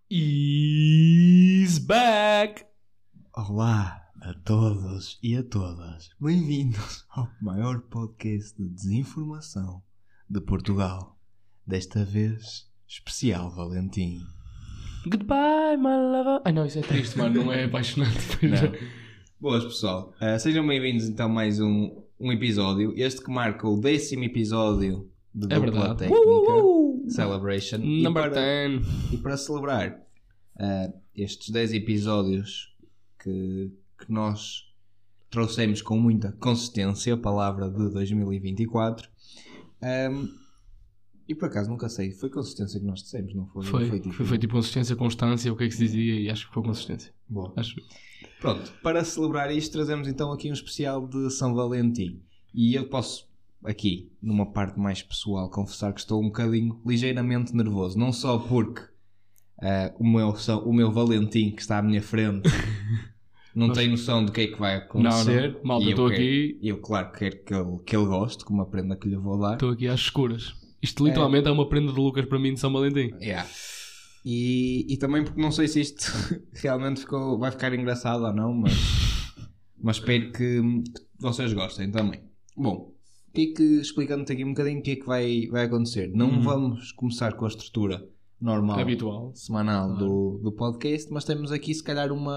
is back! Olá a todos e a todas. Bem-vindos ao maior podcast de desinformação de Portugal. Desta vez, especial Valentim. Goodbye, my lover. Ai não, isso é triste, mano. Não é apaixonante. Boas, pessoal. Sejam bem-vindos então a mais um episódio. Este que marca o 10º episódio de Dupla Técnica Celebration. Number 10. E para celebrar estes 10 episódios que nós trouxemos com muita consistência, a palavra de 2024, e por acaso nunca sei, foi consistência que nós dissemos, não foi? Foi tipo consistência, constância, o que é que se dizia, e acho que foi consistência. Boa. Acho. Pronto, para celebrar isto trazemos então aqui um especial de São Valentim. E eu posso aqui, numa parte mais pessoal, confessar que estou um bocadinho ligeiramente nervoso. Não só porque o meu Valentim que está à minha frente não tem noção do que é que vai acontecer. Não. Malta, estou aqui. Eu claro quero que ele goste, com uma prenda que lhe vou dar. Estou aqui às escuras. Isto literalmente é uma prenda de Lucas para mim de São Valentim. Yeah. E também porque não sei se isto realmente vai ficar engraçado ou não, mas espero que vocês gostem também. Bom, explicando-te aqui um bocadinho o que é que vai acontecer. Não vamos começar com a estrutura normal, habitual, semanal do podcast, mas temos aqui se calhar um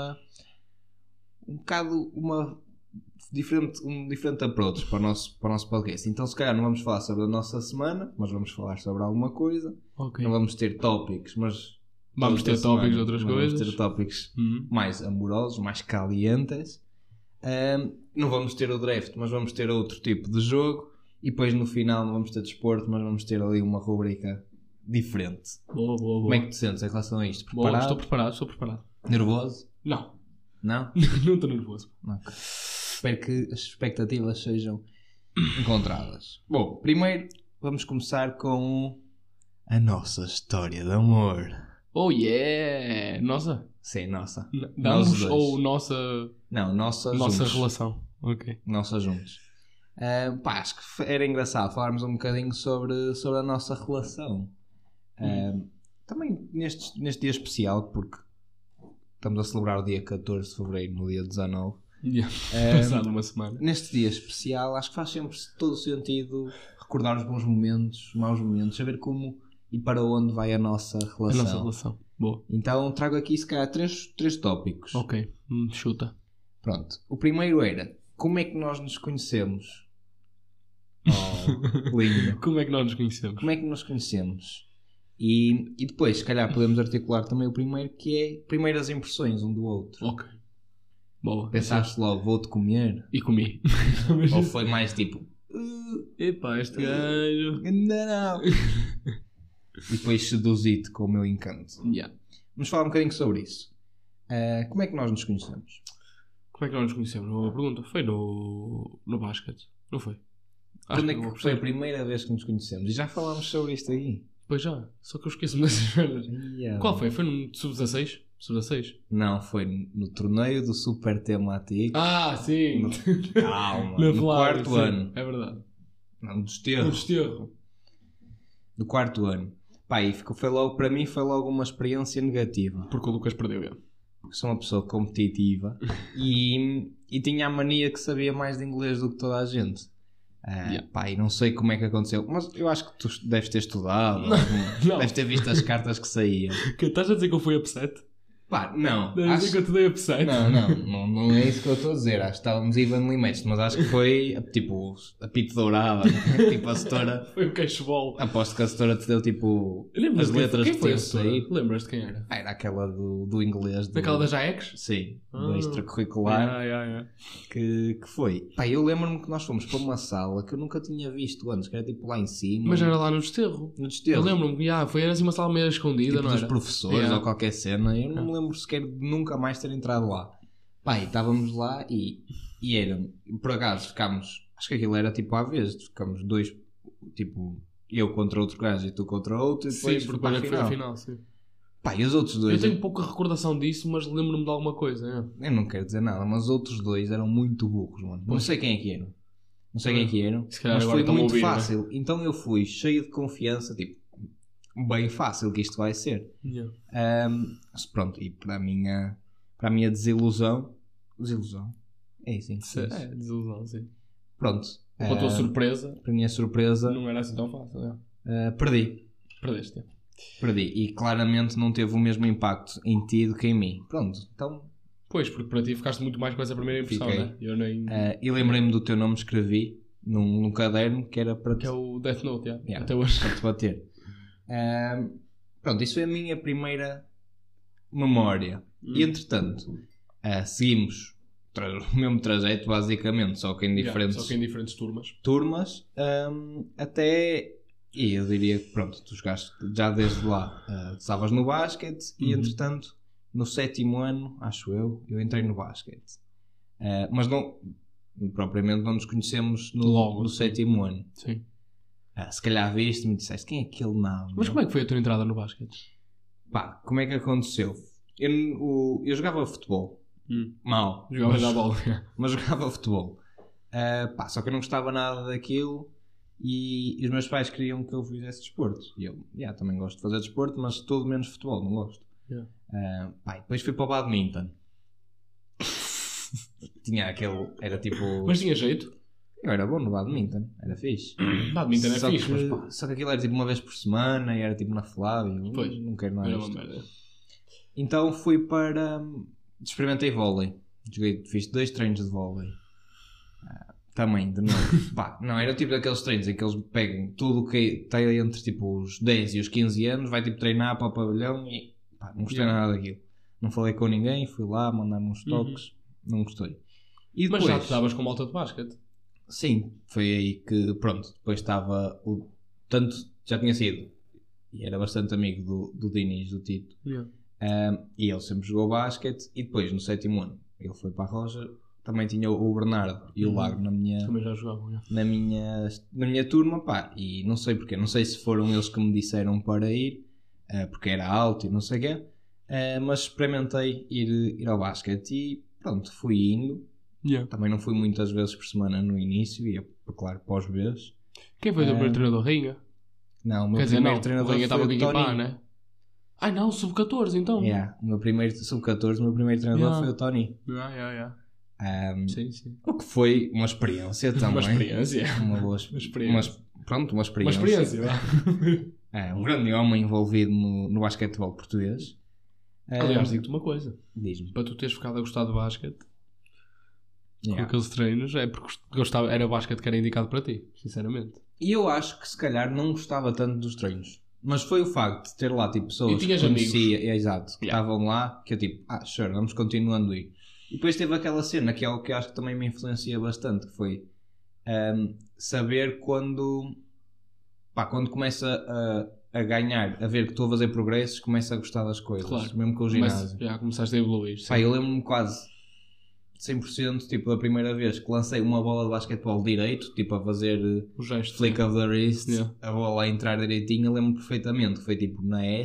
diferente approach para o nosso podcast. Então se calhar não vamos falar sobre a nossa semana, mas vamos falar sobre alguma coisa. Okay. Não vamos ter tópicos, mas vamos ter tópicos de outras coisas. Vamos ter tópicos mais amorosos, mais calientes. Não vamos ter o draft, mas vamos ter outro tipo de jogo. E depois no final não vamos ter desporto, mas vamos ter ali uma rubrica diferente. Boa. Como é que te sentes em relação a isto? Preparado? Estou preparado. Nervoso? Não? Não estou nervoso. Okay. Espero que as expectativas sejam encontradas. Bom, primeiro vamos começar com a nossa história de amor. Oh yeah! Nossa? Sim, nossa. Damos ou nossa... Não, nossa juntos. Relação. Ok. Nossa juntos. Acho que era engraçado falarmos um bocadinho sobre a nossa relação. Também neste dia especial, porque estamos a celebrar o dia 14 de Fevereiro, no dia 19. Passado uma semana. Neste dia especial, acho que faz sempre todo o sentido recordar os bons momentos, os maus momentos, saber como e para onde vai a nossa relação. A nossa relação. Boa. Então trago aqui, se calhar, três tópicos. Ok, chuta. Pronto. O primeiro era, como é que nós nos conhecemos? Oh, lindo. Como é que nós nos conhecemos? Como é que nos conhecemos? E depois, se calhar, podemos articular também o primeiro, que é primeiras impressões um do outro. Ok. Boa. Pensaste logo, vou-te comer? E comi. Ou foi mais tipo... Epá, este gajo... Não. E depois seduzi-te com o meu encanto. Yeah. Vamos falar um bocadinho sobre isso. Como é que nós nos conhecemos? Como é que nós nos conhecemos? Uma pergunta. Foi no basquete, não foi? Quando é que foi a primeira vez que nos conhecemos? E já falámos sobre isto aí. Pois já, só que eu esqueço-me dessas merdas. Yeah. Qual foi? Foi no sub-16? Sub-16? Não, foi no torneio do Super Temático. Ah, sim! Calma, no quarto ano. É verdade. Não, no desterro. No desterro. Do quarto ano. Pá, e para mim foi logo uma experiência negativa. Porque o Lucas perdeu ele. Porque sou uma pessoa competitiva e tinha a mania que sabia mais de inglês do que toda a gente. Pá, e não sei como é que aconteceu, mas eu acho que tu deves ter estudado. Não. Deves ter visto as cartas que saíam. Que estás a dizer que eu fui upset? Pá, não. Deves dizer que eu te dei upset? Não é isso que eu estou a dizer. Acho que estávamos evenly matched, mas acho que foi tipo a pito dourada. Tipo a setora. Foi o cachebol. Aposto que a setora te deu tipo as letras que foi a sair. Lembras-te quem era? Era aquela do inglês. Daquela da Jaex? Sim, do extracurricular. Que foi. Pá, eu lembro-me que nós fomos para uma sala que eu nunca tinha visto antes, que era tipo lá em cima. Mas era lá no desterro. No desterro. Eu lembro-me que foi assim uma sala meio escondida, tipo não dos era? professores ou qualquer cena. Eu não me lembro sequer de nunca mais ter entrado lá. Pá, e estávamos lá e era, por acaso ficámos, acho que aquilo era tipo à vez, ficámos dois, tipo eu contra outro gajo e tu contra outro, e depois sim, porque foi a final, sim. Pá, e os outros dois... Eu tenho pouca recordação disso, mas lembro-me de alguma coisa. Eu não quero dizer nada, mas os outros dois eram muito burros, mano. Não sei quem é que eram. Não sei quem é que eram, mas foi muito fácil. Então eu fui cheio de confiança, tipo, bem fácil que isto vai ser. Yeah. Mas pronto, e para a minha desilusão, é isso, isso. Desilusão, sim. Pronto. Com a tua surpresa, Para a minha surpresa, não era assim tão fácil. perdi. Perdeste. Perdi. E claramente não teve o mesmo impacto em ti do que em mim. Pronto, então... Pois, porque para ti ficaste muito mais com essa primeira impressão, Fiquei. né? Eu nem... e lembrei-me do teu nome, escrevi num caderno que era para Que é o Death Note, Yeah. até hoje. para te bater. Pronto, isso é a minha primeira memória. E entretanto, seguimos o mesmo trajeto, basicamente, só que em diferentes Só que em diferentes turmas. turmas, até... E eu diria que, pronto, tu jogaste já desde lá, estavas no basquete e, entretanto, no 7º ano, acho eu entrei no basquete. Mas não, propriamente não nos conhecemos Logo, no sim. 7º ano. Sim. Se calhar viste-me e disseste, quem é aquele nome? Mas como é que foi a tua entrada no basquete? Pá, como é que aconteceu? Eu jogava futebol. Mal. Jogavas à bola. Mas jogava futebol. Só que eu não gostava nada daquilo e os meus pais queriam que eu fizesse desporto. E eu, também gosto de fazer desporto, mas tudo menos futebol, não gosto. Depois fui para o badminton. Tinha aquele, era tipo... Mas tinha jeito? Eu era bom no badminton, era fixe. Badminton é Só fixe, que, mas pá. só que aquilo era tipo uma vez por semana e era tipo na Flávia. Pois. Não quero nada Era uma disto. merda. Então fui para... experimentei vôlei. Fiz 2 treinos de vôlei. Também, de novo. Não, era tipo daqueles treinos em que eles pegam tudo o que está entre tipo os 10 e os 15 anos, vai tipo treinar para o pavilhão e não gostei nada daquilo. Não falei com ninguém, fui lá, mandar-me uns toques, não gostei. E depois, Mas já te davas com malta de basquete? Sim, foi aí que, pronto, depois estava tanto, já tinha sido, e era bastante amigo do Diniz, do Tito, e ele sempre jogou basquete, e depois no 7º ano, ele foi para a Roja, também tinha o Bernardo e o Lago Também já jogavam, na minha turma, e não sei porquê, não sei se foram eles que me disseram para ir, porque era alto e não sei o quê, mas experimentei ir ao basquete e pronto, fui indo. Também não fui muitas vezes por semana no início, ia, claro, pós vezes. Quem foi o teu primeiro treinador? Rainha? Não, o meu Quer dizer, primeiro não, treinador o Rainha foi estava o com equipar, Tony. né? Ai não, sub-14 então. O meu primeiro sub-14, o meu primeiro treinador foi o Tony. Sim. O que foi uma experiência também. Uma experiência. Uma boa experiência. Uma experiência. Uma experiência, Um grande homem envolvido no basquetebol português. Aliás, digo-te uma coisa. Diz-me. Para tu teres ficado a gostar de basquete, com Yeah. aqueles treinos, é porque era basquete que era indicado para ti, sinceramente. E eu acho que se calhar não gostava tanto dos treinos. Mas foi o facto de ter lá tipo pessoas E tinhas que conhecia, amigos. que estavam lá, que eu tipo, sure, vamos continuando a ir. E depois teve aquela cena que é o que eu acho que também me influencia bastante, que foi saber quando começa a ganhar, a ver que estou a fazer progressos, começa a gostar das coisas, Claro. mesmo com o ginásio. Já começaste a evoluir. sim. Eu lembro-me quase 100%, tipo, da primeira vez que lancei uma bola de basquetebol direito, tipo, a fazer O gesto. flick of the wrist, Yeah. a bola a entrar direitinho, eu lembro perfeitamente que foi tipo naquele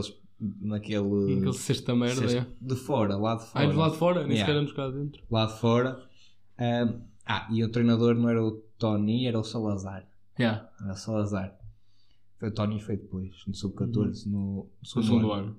Sexta merda, cesto é. de fora, lá de fora. Ai, do lado de fora, nem Yeah. sequer éramos cá dentro. Lá de fora. E o treinador não era o Tony, era o Salazar. Yeah. Era o Salazar. Foi o Tony, foi depois, no sub-14, no No segundo ano.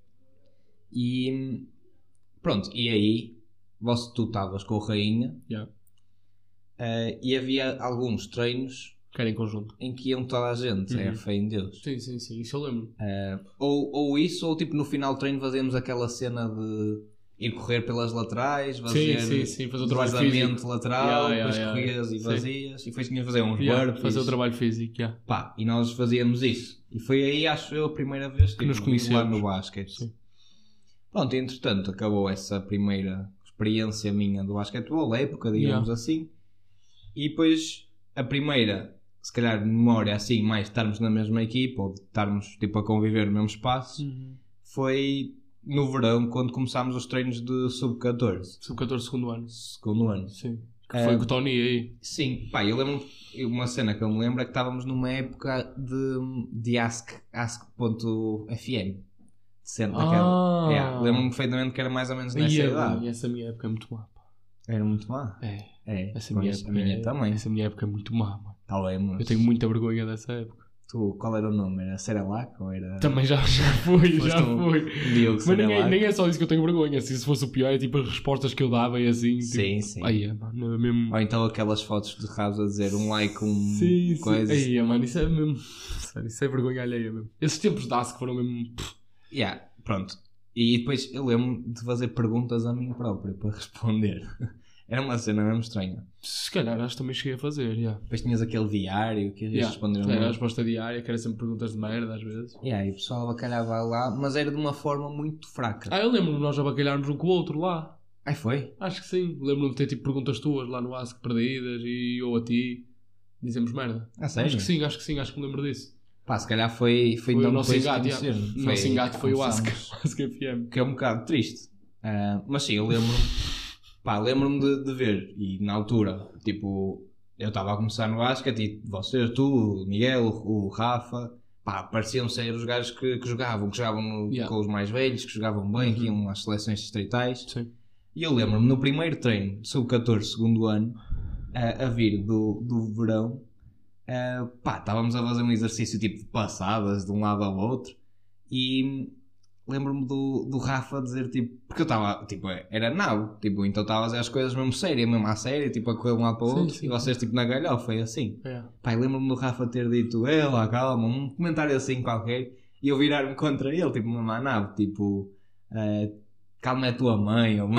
E pronto, e aí tu estavas com o Rainha, Yeah. e havia alguns treinos Que era em conjunto. em que iam toda a gente, é fé em Deus. Sim, isso eu lembro. Ou isso, ou tipo no final do treino fazíamos aquela cena de ir correr pelas laterais, fazer Sim, fazer o trabalho deslizamento físico. lateral, Yeah, depois yeah, corrias e sim. fazias, e depois tinhas de fazer uns Yeah, burpees. fazer o trabalho físico, yeah. E nós fazíamos isso. E foi aí, acho eu, a primeira vez que nos lá conhecemos. no basquete. Sim. Pronto, e entretanto acabou essa primeira experiência minha do basquetebol, a época, digamos assim. E depois a primeira, se calhar memória assim, mais estarmos na mesma equipa ou de estarmos tipo a conviver no mesmo espaço, foi no verão, quando começámos os treinos de sub-14. Sub-14 segundo ano. Segundo ano. Sim. Que foi com o Tony aí. Sim, eu lembro, uma cena que eu me lembro é que estávamos numa época de ask.fm. Lembro-me perfeitamente que era mais ou menos nessa idade. E essa minha época é muito má. Pá. Era muito má. Essa pois, minha a minha também. Essa minha época é muito má, mano. Mas Eu tenho muita vergonha dessa época. Qual era o nome? Era Cerelac ou era... Também já fui. Diogo Mas nem Cerelac? é só isso que eu tenho vergonha. Se isso fosse o pior, é tipo as respostas que eu dava e assim. Tipo, Sim. Aí, mano, é mesmo... Ou então aquelas fotos de rabos a dizer um like, coisa. Aí, mano, isso é mesmo... Sério, isso é vergonha alheia mesmo. Esses tempos de ASC foram mesmo... Pronto. E depois eu lembro de fazer perguntas a mim próprio para responder. Era uma cena mesmo estranha. Se calhar acho que também cheguei a fazer, Depois tinhas aquele diário que ias responder Era a resposta diária, que era sempre perguntas de merda às vezes. E o pessoal abacalhava lá, mas era de uma forma muito fraca. Eu lembro-me de nós abacalharmos um com o outro lá. Foi? Acho que sim. Lembro-me de ter tipo perguntas tuas lá no ASC perdidas e eu a ti dizemos merda. Sério? Acho que sim, acho que me lembro disso. Se calhar foi então o nosso engate. O nosso engate foi o ASC FM. Que é um bocado triste. Mas sim, eu lembro-me de ver. E na altura, tipo, eu estava a começar no basquete e vocês, tu, o Miguel, o Rafa, pareciam ser os gajos que jogavam com os mais velhos, que jogavam bem, que iam às seleções distritais. Sim. E eu lembro-me no primeiro treino, sub-14, segundo ano, a vir do verão, estávamos a fazer um exercício tipo de passadas de um lado ao outro e lembro-me do Rafa dizer tipo, porque eu estava tipo, era nabo, tipo, então estava a fazer as coisas mesmo sério, mesmo à séria, tipo a correr de um lado para o outro, e vocês tipo na galhofa, foi assim. Lembro-me do Rafa ter dito, lá calma, um comentário assim qualquer, e eu virar-me contra ele, tipo, mesmo à nabo, tipo, calma é a tua mãe, ou uma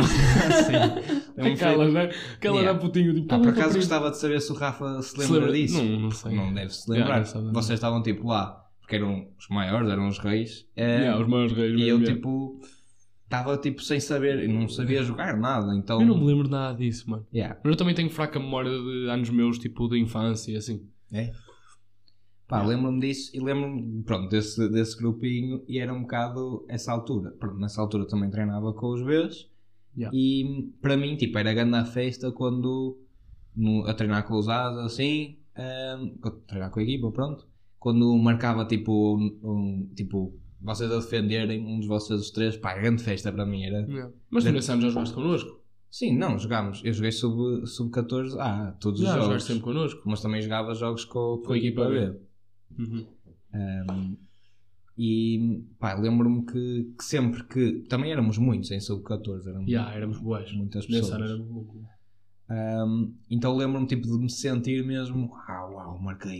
assim. Aquela era putinho de... Por acaso gostava de saber se o Rafa se lembra disso. Não sei. Não deve se lembrar. Vocês estavam tipo lá, porque eram os maiores, eram os reis. Os maiores reis. E eu tipo, estava tipo sem saber, e não sabia jogar nada, então... Eu não me lembro nada disso, mano. Yeah. Mas eu também tenho fraca memória de anos meus, tipo, de infância e assim. É? Lembro-me disso e lembro-me, pronto, desse grupinho, e era um bocado essa altura. Pronto, nessa altura também treinava com os Bs. E para mim, tipo, era grande a festa quando a treinar com os As, assim, a treinar com a equipa, pronto. Quando marcava, tipo, tipo, vocês a defenderem, um de vocês os três, grande festa para mim era. Mas tu nesse ano já jogaste connosco? Sim, não, jogámos. Eu joguei sub-14, todos os jogos. Já jogaste sempre connosco. Mas também jogava jogos com a equipa B. E lembro-me que sempre que também éramos muitos em sub-14, éramos boas, muitas pessoas. Éramos muito. Então lembro-me tipo de me sentir mesmo, marquei,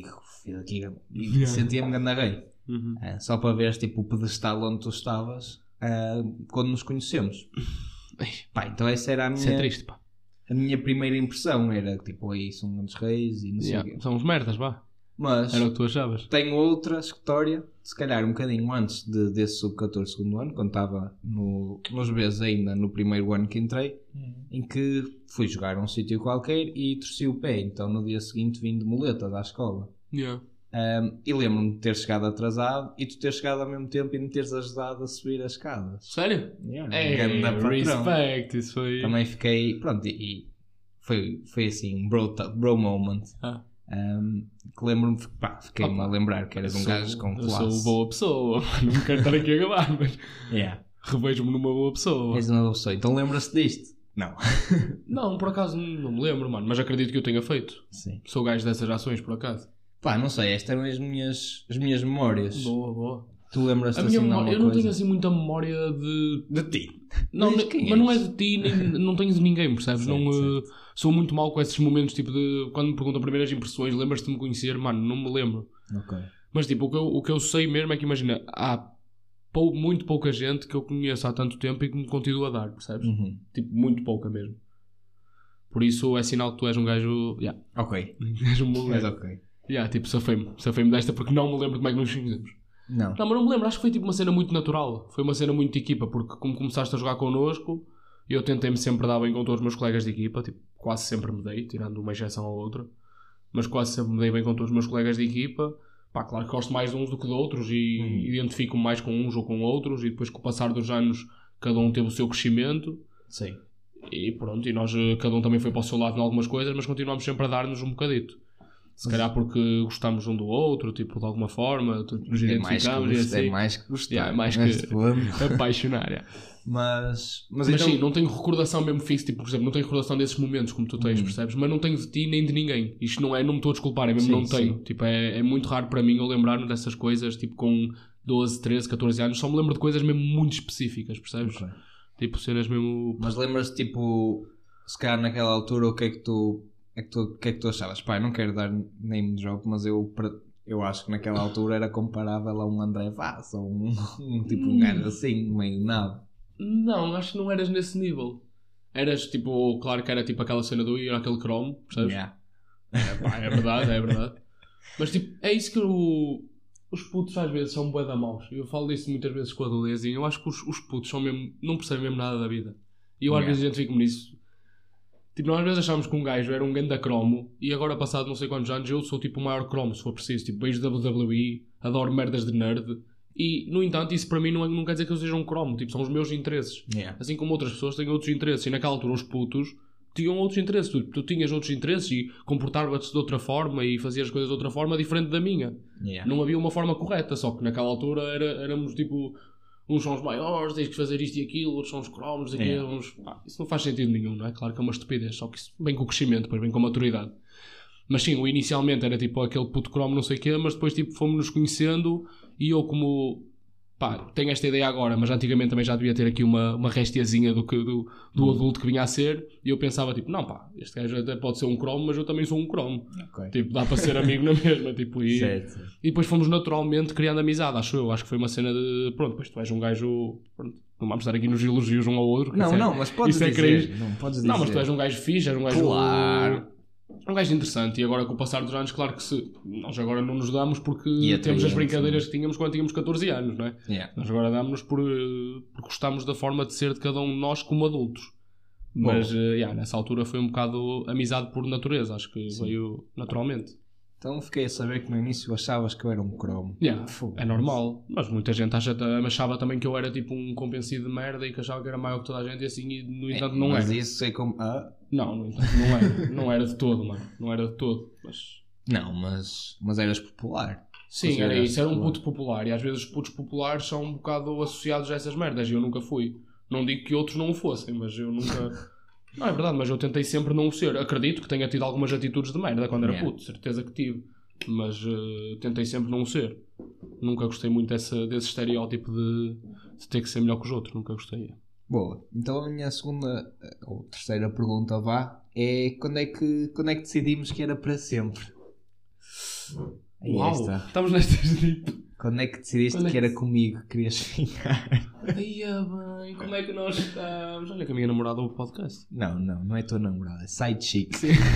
e sentia-me grande rei. Só para ver tipo o pedestal onde tu estavas quando nos conhecemos. Então essa era a minha. Isso é triste, pá. A minha primeira impressão era tipo, aí são grandes reis e não sei o quê. São uns merdas, vá. Mas era o que tu achavas. Tenho outra história, se calhar um bocadinho antes desse sub-14 segundo ano, quando estava nos Bs ainda no primeiro ano que entrei, em que fui jogar a um sítio qualquer e torci o pé. Então no dia seguinte vim de muleta da escola. E lembro-me de ter chegado atrasado e tu ter chegado ao mesmo tempo e me teres ajudado a subir as escadas. Sério? Respect, isso foi... Também fiquei, pronto, e foi assim um bro moment. Que lembro-me, fiquei-me a lembrar que eras um gajo com classe. Eu sou boa pessoa, não quero estar aqui a gabar, mas revejo-me numa boa pessoa. És uma boa pessoa, então lembra-se disto? Não. Não, por acaso não me lembro, mano, mas acredito que eu tenha feito. Sim. Sou gajo dessas ações, por acaso. Não sei, estas eram as minhas memórias. Boa. Tu lembras-te assim de alguma coisa? Eu não tenho assim muita memória de ti. Não, mas não é de ti, nem, não tenho de ninguém, percebes? Sim. Sou muito mal com esses momentos, tipo de... Quando me perguntam primeiras impressões, lembras-te de me conhecer? Mano, não me lembro. Ok. Mas tipo, o que eu sei mesmo é que, imagina, há muito pouca gente que eu conheço há tanto tempo e que me continua a dar, percebes? Tipo, muito pouca mesmo. Por isso é sinal que tu és um gajo... Ok. És um bom gajo. Ok. Tipo, safei-me desta porque não me lembro como é que nos conhecemos. Não, mas não me lembro, acho que foi tipo uma cena muito natural. Foi uma cena muito de equipa, porque como começaste a jogar connosco, eu tentei-me sempre dar bem com todos os meus colegas de equipa, tipo, quase sempre me dei, tirando uma exceção ou outra, mas quase sempre me dei bem com todos os meus colegas de equipa. Claro que gosto mais de uns do que de outros e identifico-me mais com uns ou com outros, e depois com o passar dos anos cada um teve o seu crescimento. Sim. E pronto, e nós, cada um também foi para o seu lado em algumas coisas, mas continuamos sempre a dar-nos um bocadito. Se calhar porque gostamos um do outro, tipo, de alguma forma, nos É mais que identificamos e gostar, assim. é mais que gostar. Yeah, é mais neste que plano. apaixonar. Yeah. Mas Mas então, sim, não tenho recordação mesmo fixa, tipo, por exemplo, não tenho recordação desses momentos como tu tens, percebes? Mas não tenho de ti nem de ninguém. Isto não me estou a desculpar, é mesmo Sim, não tenho. sim. Tipo, é muito raro para mim eu lembrar-me dessas coisas, tipo, com 12, 13, 14 anos, só me lembro de coisas mesmo muito específicas, percebes? Ok. Tipo, cenas mesmo... Mas lembras-te, tipo, se calhar naquela altura, o que é que tu achavas? Pá, eu não quero dar name drop, mas eu acho que naquela altura era comparável a um André Vaz ou um gajo assim, meio nada. Não, acho que não eras nesse nível. Eras, tipo, claro que era tipo aquela cena do ir àquele cromo, percebes? Yeah. Pá, é verdade, é verdade. Mas tipo, é isso que os putos às vezes são bué da maus. Eu falo disso muitas vezes com a adolescência. Eu acho que os putos são mesmo, não percebem mesmo nada da vida. E eu às vezes identifico-me nisso. Tipo, nós às vezes achávamos que um gajo era um ganda cromo e agora passado não sei quantos anos eu sou tipo o maior cromo, se for preciso. Tipo, beijo WWE, adoro merdas de nerd. E, no entanto, isso para mim não quer dizer que eu seja um cromo. Tipo, são os meus interesses. Yeah. Assim como outras pessoas têm outros interesses. E naquela altura os putos tinham outros interesses. Tu tinhas outros interesses e comportavas-te de outra forma e fazias as coisas de outra forma diferente da minha. Yeah. Não havia uma forma correta. Só que naquela altura éramos tipo... Uns são os maiores, tens que fazer isto e aquilo. Outros são os cromos. Isso não faz sentido nenhum, não é? Claro que é uma estupidez. Só que isso vem com o crescimento, depois vem com a maturidade. Mas sim, inicialmente era tipo aquele puto cromo não sei o quê. Mas depois tipo fomos-nos conhecendo e eu como... Pá, tenho esta ideia agora, mas antigamente também já devia ter aqui uma restiazinha do adulto que vinha a ser. E eu pensava, tipo, não pá, este gajo até pode ser um cromo, mas eu também sou um cromo. Okay. Tipo, dá para ser amigo na mesma. Tipo, e depois fomos naturalmente criando amizade, acho eu. Acho que foi uma cena de, pronto, depois tu és um gajo... Pronto, não vamos estar aqui nos elogios um ao outro. Não, mas podes dizer. Não, mas tu és um gajo fixe, és um gajo... Claro. Um gajo interessante, e agora com o passar dos anos, claro que nós agora não nos damos porque temos as atraente, brincadeiras que tínhamos quando tínhamos 14 anos, não é? Yeah. Nós agora damos-nos porque gostamos da forma de ser de cada um de nós como adultos. Mas nessa altura foi um bocado amizade por natureza, acho que veio naturalmente. Então fiquei a saber que no início achavas que eu era um cromo. É normal, mas muita gente achava também que eu era tipo um convencido de merda e que achava que era maior que toda a gente e assim, e no entanto não era. Mas isso é como... Não, no entanto não era. Não era de todo, mano. Não era de todo. Não, mas eras popular. Sim, era isso. Era um puto popular e às vezes os putos populares são um bocado associados a essas merdas e eu nunca fui. Não digo que outros não o fossem, mas eu nunca... Não, é verdade, mas eu tentei sempre não o ser. Acredito que tenha tido algumas atitudes de merda quando era puto, certeza que tive. Mas tentei sempre não o ser. Nunca gostei muito desse estereótipo de ter que ser melhor que os outros. Nunca gostei. Boa. Então a minha segunda ou terceira pergunta é quando é que decidimos que era para sempre? Uau! Estamos nestas tipo... Quando é que decidiste que era comigo que querias ficar? Ai, bem, como é que nós estamos? Olha que a minha namorada ouve o podcast. Não é tua namorada, é side chick.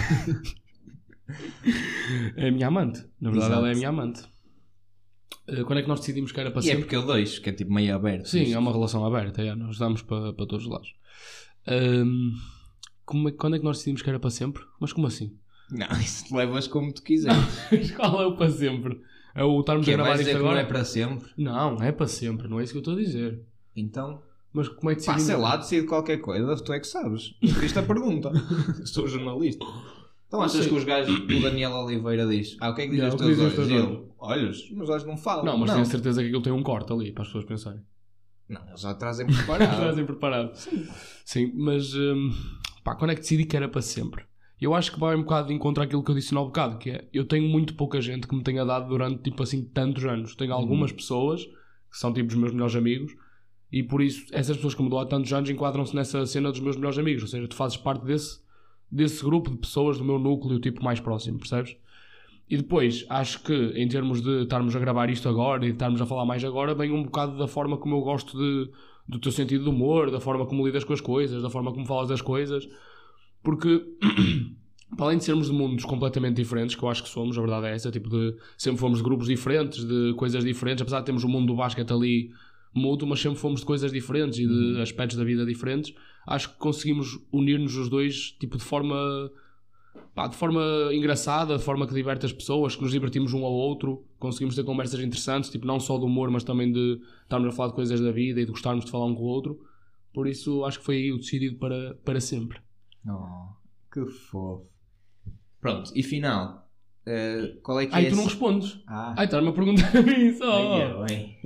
É a minha amante. Na verdade, ela é a minha amante. Quando é que nós decidimos que era para sempre? É porque eu deixo, que é tipo meio aberto. Sim, é uma relação aberta. Nós damos para todos os lados. Quando é que nós decidimos que era para sempre? Mas como assim? Não, isso levas como tu quiseres. Qual é o para sempre? É o estarmos a gravar isto agora? Não é para sempre? Não, é para sempre. Não é isso que eu estou a dizer. Então... Mas como é que decidimos? Sei lá, decide qualquer coisa. Tu é que sabes. Isto é a pergunta. Sou jornalista. Então achas que os gajos... O Daniel Oliveira diz... o que é que diz os teus olhos? Olhos? Os meus olhos não falam. Não, mas tenho certeza que aquilo tem um corte ali para as pessoas pensarem. Não, eles já trazem preparado. Sim, mas... quando é que decidi que era para sempre? Eu acho que vai um bocado de encontro àquilo que eu disse no bocado, que é, eu tenho muito pouca gente que me tenha dado durante, tipo assim, tantos anos. Tenho algumas pessoas, que são tipo os meus melhores amigos, e por isso, essas pessoas que me dão há tantos anos enquadram-se nessa cena dos meus melhores amigos. Ou seja, tu fazes parte desse grupo de pessoas do meu núcleo, tipo, mais próximo, percebes? E depois, acho que, em termos de estarmos a gravar isto agora e de estarmos a falar mais agora, vem um bocado da forma como eu gosto do teu sentido de humor, da forma como lidas com as coisas, da forma como falas das coisas. Porque, para além de sermos de mundos completamente diferentes, que eu acho que somos, a verdade é essa, tipo sempre fomos de grupos diferentes, de coisas diferentes, apesar de termos o mundo do basquete ali mútuo, mas sempre fomos de coisas diferentes e de aspectos da vida diferentes. Acho que conseguimos unir-nos os dois, tipo, de forma engraçada, de forma que diverte as pessoas, que nos divertimos um ao outro, conseguimos ter conversas interessantes, tipo, não só de humor, mas também de estarmos a falar de coisas da vida e de gostarmos de falar um com o outro. Por isso, acho que foi aí o decidido para sempre. Oh, que fofo. Pronto, e final. qual é que Ai, é tu não respondes. Ai, estás-me a perguntar a mim só.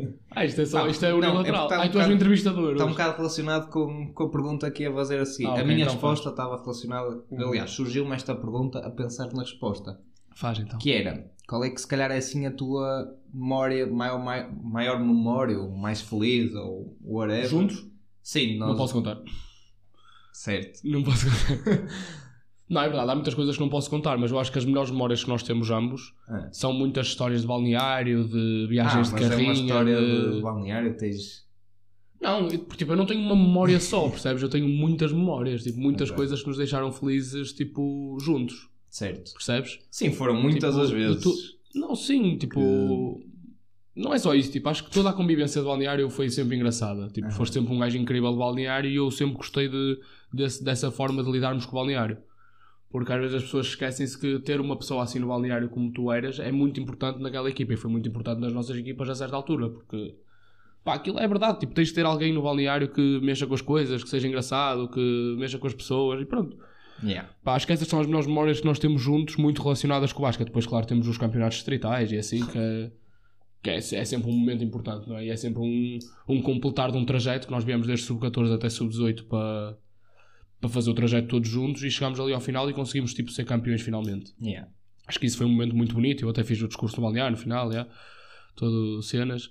Isto é unilateral. porque Tu és um entrevistador. Está um hoje. bocado relacionado com a pergunta que ia fazer a seguir. Ok, a minha então resposta estava relacionada... Aliás, surgiu-me esta pergunta a pensar na resposta. Faz então. Que era, qual é que se calhar é assim a tua memória, maior memória, ou mais feliz, ou whatever? Juntos? Sim. Não posso contar. Certo. Não posso contar. Não, é verdade, há muitas coisas que não posso contar, mas eu acho que as melhores memórias que nós temos ambos são muitas histórias de balneário, de viagens de mas carrinha. É uma história de balneário, tens... Não, tipo, eu não tenho uma memória só, percebes? Eu tenho muitas memórias, tipo, muitas coisas que nos deixaram felizes, tipo, juntos. Certo. Percebes? Sim, foram muitas tipo, as vezes. Não, sim, tipo... Não é só isso, tipo, acho que toda a convivência de balneário foi sempre engraçada. Tipo, foste sempre um gajo incrível de balneário e eu sempre gostei dessa forma de lidarmos com o balneário. Porque às vezes as pessoas esquecem-se que ter uma pessoa assim no balneário como tu eras é muito importante naquela equipa e foi muito importante nas nossas equipas a certa altura, porque pá, aquilo é verdade, tipo, tens de ter alguém no balneário que mexa com as coisas, que seja engraçado, que mexa com as pessoas e pronto. Pá, acho que essas são as melhores memórias que nós temos juntos, muito relacionadas com o basquete. Depois, claro, temos os campeonatos distritais e assim, que é sempre um momento importante, não é? E é sempre um completar de um trajeto que nós viemos desde sub-14 até sub-18 para fazer o trajeto todos juntos e chegámos ali ao final e conseguimos tipo, ser campeões finalmente. Acho que isso foi um momento muito bonito. Eu até fiz o discurso no balneário no final, todo cenas.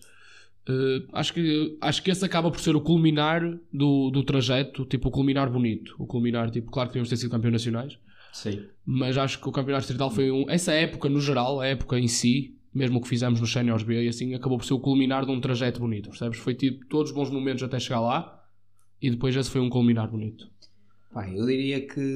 Acho que esse acaba por ser o culminar do trajeto, tipo o culminar bonito. O culminar, tipo, claro que devíamos ter sido campeões nacionais. Sim. Mas acho que o campeonato distrital foi essa época no geral, a época em si, mesmo o que fizemos nos Séniores B e assim, acabou por ser o culminar de um trajeto bonito, percebes? Foi tipo todos os bons momentos até chegar lá e depois esse foi um culminar bonito. Pá, eu diria que...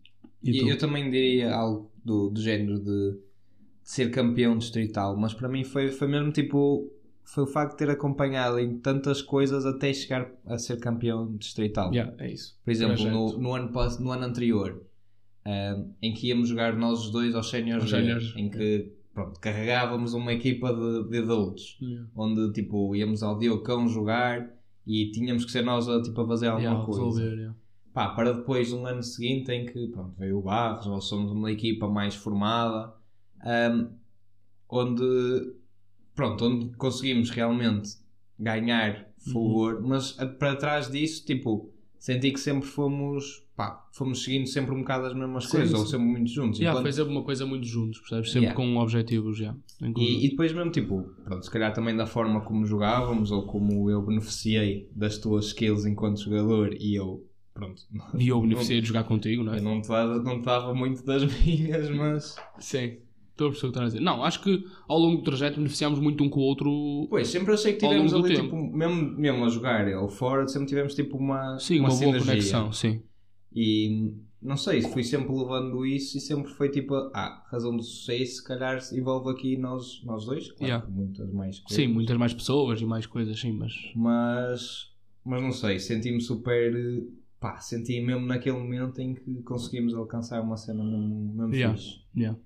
Eu também diria algo do género de ser campeão distrital, mas para mim foi mesmo tipo... Foi o facto de ter acompanhado em tantas coisas até chegar a ser campeão distrital. É isso. Por exemplo, no ano anterior, em que íamos jogar nós os dois aos séniores, em que carregávamos uma equipa de adultos, onde tipo, íamos ao Diocão jogar e tínhamos que ser nós a fazer alguma coisa. Resolver, Pá, para depois um ano seguinte em que veio o Barros, nós somos uma equipa mais formada, onde conseguimos realmente ganhar fulgor, mas para trás disso, tipo, senti que sempre fomos seguindo sempre um bocado as mesmas coisas, ou sempre muito juntos. Foi sempre uma coisa muito juntos, percebes? Sempre com objetivos, E depois mesmo, tipo, se calhar também da forma como jogávamos, ou como eu beneficiei das tuas skills enquanto jogador, e eu beneficiei de jogar contigo, não é? Eu não te dava muito das minhas, mas... Sim. Estou a perceber o que estás a dizer. Não, acho que ao longo do trajeto beneficiámos muito um com o outro. Pois, sempre achei que tivemos ali, tipo, mesmo a jogar ou fora, sempre tivemos tipo uma boa conexão, sim. E não sei, fui sempre levando isso e sempre foi tipo, razão do sucesso, se calhar envolve aqui nós dois, claro, muitas mais coisas. Sim, muitas mais pessoas e mais coisas, sim, mas não sei, senti-me super... senti mesmo naquele momento em que conseguimos alcançar uma cena mesmo fixe.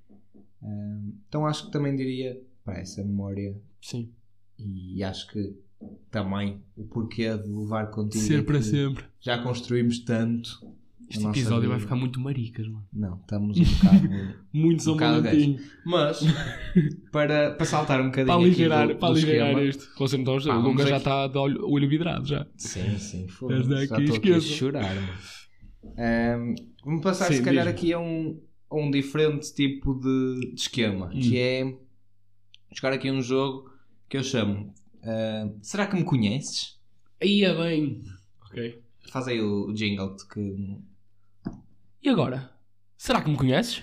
Então acho que também diria essa memória. Sim. E acho que também o porquê de levar contigo. Ser para sempre. Já construímos tanto. Este episódio vai ficar muito maricas, mano. Não, estamos um bocado. Muito São Valentim. Mas para saltar um bocadinho. Para aligerar isto. O Lunga já está de olho vidrado já. Sim. Desde já aqui estou aqui a chorar. Vamos passar se calhar aqui a um diferente tipo de esquema, que é jogar aqui um jogo que eu chamo Será que me conheces? Aí é bem. Ok. Faz aí o jingle que... E agora? Será que me conheces?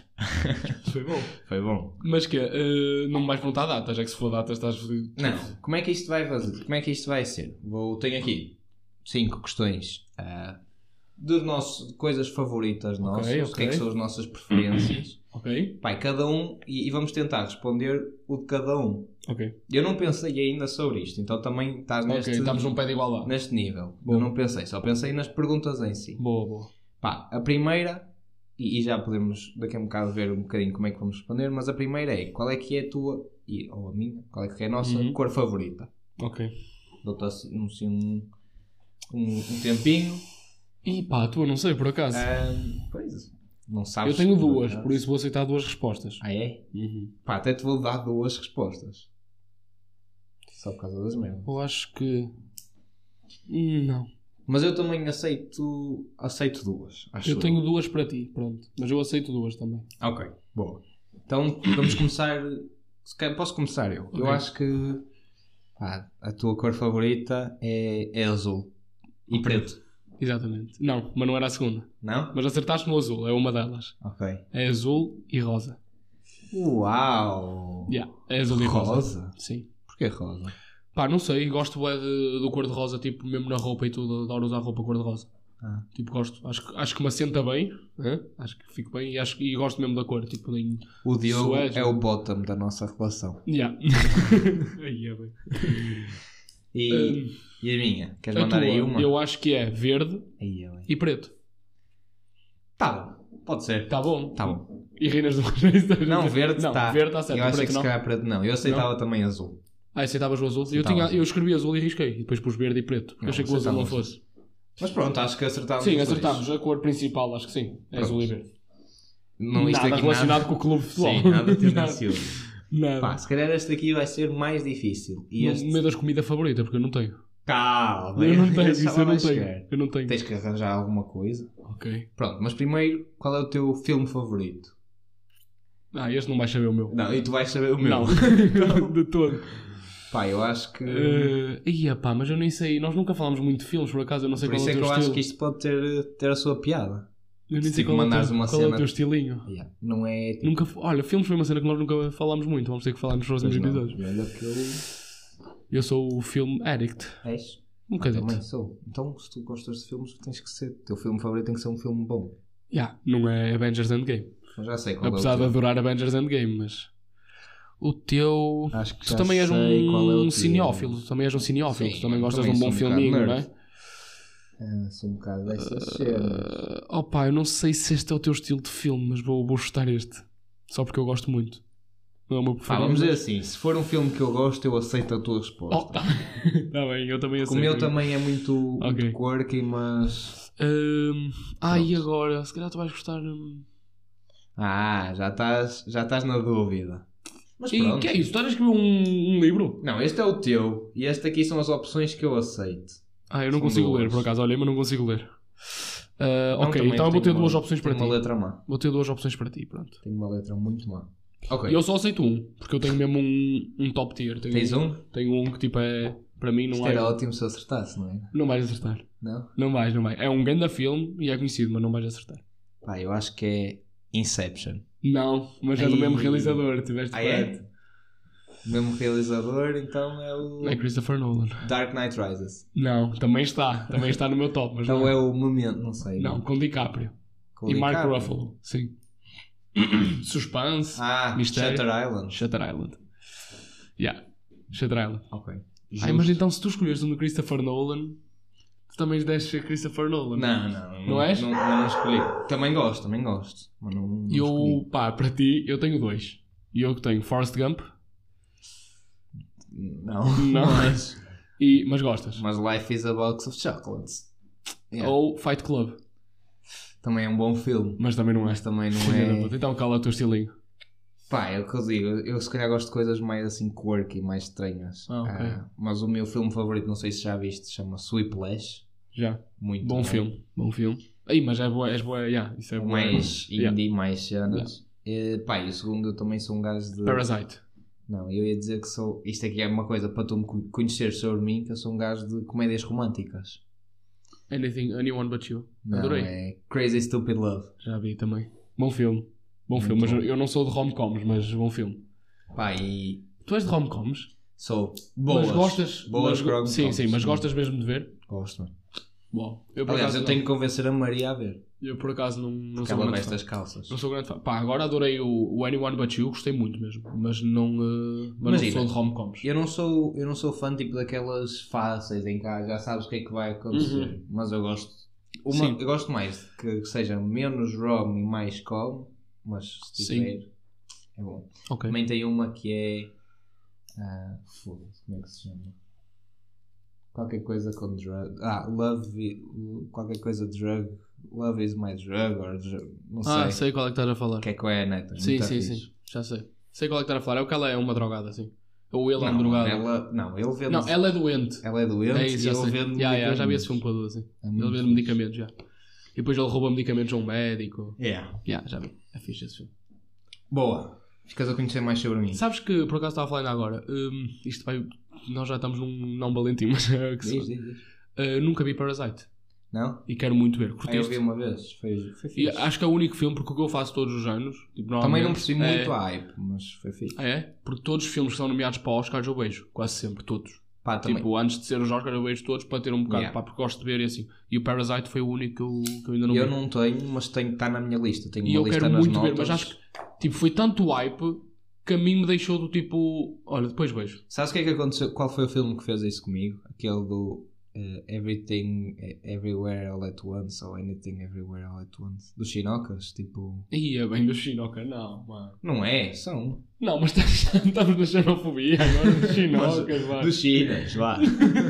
Foi bom. Mas que não me vais perguntar datas, é que se for datas estás fodido. Não, como é que isto vai fazer? Como é que isto vai ser? Tenho aqui 5 questões de coisas favoritas nossas, o que é que são as nossas preferências. Pai, cada um, e vamos tentar responder o de cada um. Eu não pensei ainda sobre isto, então também estás estamos num pé de igualdade. Neste nível. Boa. Eu não pensei, só pensei nas perguntas em si. Boa. Pá, a primeira, e já podemos daqui a um bocado ver um bocadinho como é que vamos responder, mas a primeira é, qual é que é a tua, ou a minha, qual é que é a nossa cor favorita? Dou-te assim um tempinho. E pá, a tua não sei, por acaso. Pois, Não sabes. Eu tenho duas, por isso vou aceitar duas respostas. Ah, é? Uhum. Pá, até te vou dar duas respostas. Só por causa das merdas. Eu acho que... Não. Mas eu também aceito duas. Acho Eu tenho duas para ti, pronto. Mas eu aceito duas também. Ok, boa. Então vamos começar. Posso começar eu? Ok. Eu acho que pá, a tua cor favorita é azul e preto. Exatamente. Não, mas não era a segunda. Não? Mas acertaste no azul, é uma delas. Ok. É azul e rosa. Uau! Yeah, é azul e rosa. Rosa? Sim. Porquê rosa? Pá, não sei, gosto bué do cor-de-rosa, tipo, mesmo na roupa e tudo, adoro usar roupa cor-de-rosa. Tipo, gosto, acho que me assenta bem, acho que fico bem e gosto mesmo da cor, tipo, nem... O Diogo Suede. é o bottom da nossa relação. Yeah. Aí é bem. E a minha? Queres A mandar tua, aí uma? eu acho que é verde Aí é bem. e preto. Tá bom, pode ser. Tá bom? Tá bom. E ri nas duas. Não, verde não, está. verde está certo, Eu acho preto que se não. calhar preto não. Eu aceitava também azul. Ah, aceitavas o azul? Aceitava. Eu escrevi azul e risquei. E depois pus verde e preto. Porque Não, achei que o azul não aceitava fosse. Mas pronto, acho que acertámos. Sim, os dois. acertámos. A cor principal, acho que sim. É Pronto. azul e verde. Não, isto Nada aqui relacionado nada... com o clube de futebol. Sim, nada tendencioso. Nada. Pá, se calhar este aqui vai ser mais difícil. E Não este... me metas comida favorita, porque eu não tenho. Calma, Eu não tenho, esse já isso eu vai não tenho. chegar. Eu não tenho. Tens que arranjar alguma coisa. Ok. Pronto, mas primeiro, qual é o teu filme favorito? Ah, este não vais saber o meu. Não, e tu vais saber o meu. Não. De todo. Pá, eu acho que... Ia pá, mas eu nem sei. Nós nunca falámos muito de filmes, por acaso. Eu não sei Por qual isso é é o que teu eu estilo. acho que isto pode ter a sua piada. Eu nem sei tipo, qual, mandares uma qual é o cena- teu estilinho. Yeah. Não é... Tipo, Nunca, olha, filmes foi uma cena que nós nunca falámos muito. Vamos ter que falar nos próximos pois não. episódios. E olha que eu... Eu sou o filme addict. És? Um bocadinho. Também sou. Então, se tu gostas de filmes, tens que ser... O teu filme favorito tem que ser um filme bom. Não é Avengers Endgame. Eu já sei qual Apesar é o de teu. adorar Avengers Endgame, mas... O teu... Acho que Tu já também és sei qual é o um teu. cineófilo. Tu também és um cineófilo. Sim, Tu também gostas de também um bom sou um bocado filminho, não nerd. é? Sou um bocado dessas cenas. Opa, eu não sei se este é o teu estilo de filme, mas vou chutar este. Só porque eu gosto muito. Não é o meu preferido. Vamos dizer assim, se for um filme que eu gosto, eu aceito a tua resposta. Oh, tá. Tá bem, eu também O aceito. meu também é muito Ok. quirky, mas... E agora? Se calhar tu vais gostar... já estás na dúvida. Mas E pronto. que é isso? Tu estás a escrever um livro? Não, este é o teu. E este aqui são as opções que eu aceito. Eu não São consigo duas. ler, por acaso. Olhei, mas não consigo ler. Não, Ok, também então eu vou ter tenho duas uma- opções para tenho ti. uma letra má. Vou ter duas opções para ti, pronto. Tenho uma letra muito má. Ok. E eu só aceito um, porque eu tenho mesmo um top tier. Tens um? Tenho um que tipo é... Para mim não Isto é... era ótimo se eu acertasse, não é? Não vais acertar. Não? Não vais. É um grande filme e é conhecido, mas não vais acertar. Pá, eu acho que é Inception. Não, mas é do Ai. mesmo realizador, tiveste É? perto. O mesmo realizador, então é o É Christopher Nolan. Dark Knight Rises. Não, também está no meu top, mas Então não é o Memento, não sei. Não, com DiCaprio. Com E o Mark DiCaprio. Ruffalo, sim. Suspense, mistério. Shutter Island. Shutter Island. Shutter Island. Ok. Mas então se tu escolheres um do Christopher Nolan, tu também deves ser Christopher Nolan. Não és? Não escolhi. Também gosto. Mas não escolhi. Para ti, eu tenho dois. E eu tenho Forrest Gump. Não. Não. Mas, Mas gostas. mas Life is a Box of Chocolates. Yeah. Ou Fight Club. Também é um bom filme. Mas também não é. Mas também não Filha da é... puta. Então qual é o teu estilinho? Pá, é o que eu digo. Eu se calhar gosto de coisas mais assim quirky, mais estranhas. Ok. Mas o meu filme favorito, não sei se já viste, chama-se Whiplash. Já. Muito Bom filme. Bom filme. Aí, mas és boa. Isso é boa. Mais Yeah. indie, mais cenas. Pá, e o segundo, eu também sou um gajo de... Parasite. Não, eu ia dizer que sou... Isto aqui é uma coisa para tu me conheceres sobre mim, que eu sou um gajo de comédias românticas. Anyone But You. Não, Adorei. é Crazy Stupid Love. Já vi também. Bom filme. Bom Muito filme. Mas bom. eu não sou de rom-coms, mas bom filme. Pá, e Tu és de rom-coms? sou boas. Mas gostas... Boas mas, rom-coms. sim, mas gostas mesmo de ver? Gosto, mano. Bom. Eu por Aliás, acaso eu tenho que convencer a Maria a ver. Eu por acaso não Porque sou ela grande veste fã. as calças. Não sou grande fã. Pá, agora adorei o Anyone But You, gostei muito mesmo. Mas não, mas Imagina, não sou de rom-coms. Eu não sou fã tipo daquelas fáceis em que já sabes o que é que vai acontecer. Mas eu gosto. Sim. Eu gosto mais de que seja menos rom e mais calm. Mas se Sim. tiver, é bom. Ok. Também tem uma que é. Foda-se, como é que se chama? Qualquer coisa com drug. Love. Qualquer coisa drug. Love is my drug, ou não sei. Sei qual é que estás a falar. Que é a neta. Sim, já sei. Sei qual é que estás a falar. É o que ela é uma drogada, assim. Ou ele é um drogado. Ele vende... Não, ela é doente. Ela é doente isso, e ele vende já vi esse filme todo, assim. Ele vende medicamentos, já. E depois ele rouba medicamentos a um médico. Já vi. É fixe esse filme. Boa. Ficas a conhecer mais sobre mim. Sabes que, por acaso estava a falar ainda agora, isto vai... Nós já estamos num não Valentim, mas... Diz. Nunca vi Parasite. Não? E quero muito ver. Eu vi uma vez. Foi fixe. E acho que é o único filme, porque o que eu faço todos os anos... Tipo, também não percebi muito a hype, mas foi fixe. É? Porque todos os filmes que são nomeados para Oscars eu vejo. Quase sempre, todos. Pá, tipo, antes de ser os Oscars eu vejo todos para ter um bocado, pá, porque gosto de ver e assim. E o Parasite foi o único que eu ainda não vi. Eu não tenho, mas está na minha lista. Tenho uma eu lista quero nas muito notas. ver, mas acho que tipo, foi tanto hype que a mim me deixou do tipo... Olha, depois vejo. Sabes o que é que aconteceu? Qual foi o filme que fez isso comigo? Aquele do Everything Everywhere All At Once ou Anything Everywhere All At Once. Dos Chinocas, tipo... Ia bem do Chinoca, não, mano. Não é, são... Não, mas estamos na xenofobia agora dos Chinocas, mano. Dos Chinas, vá.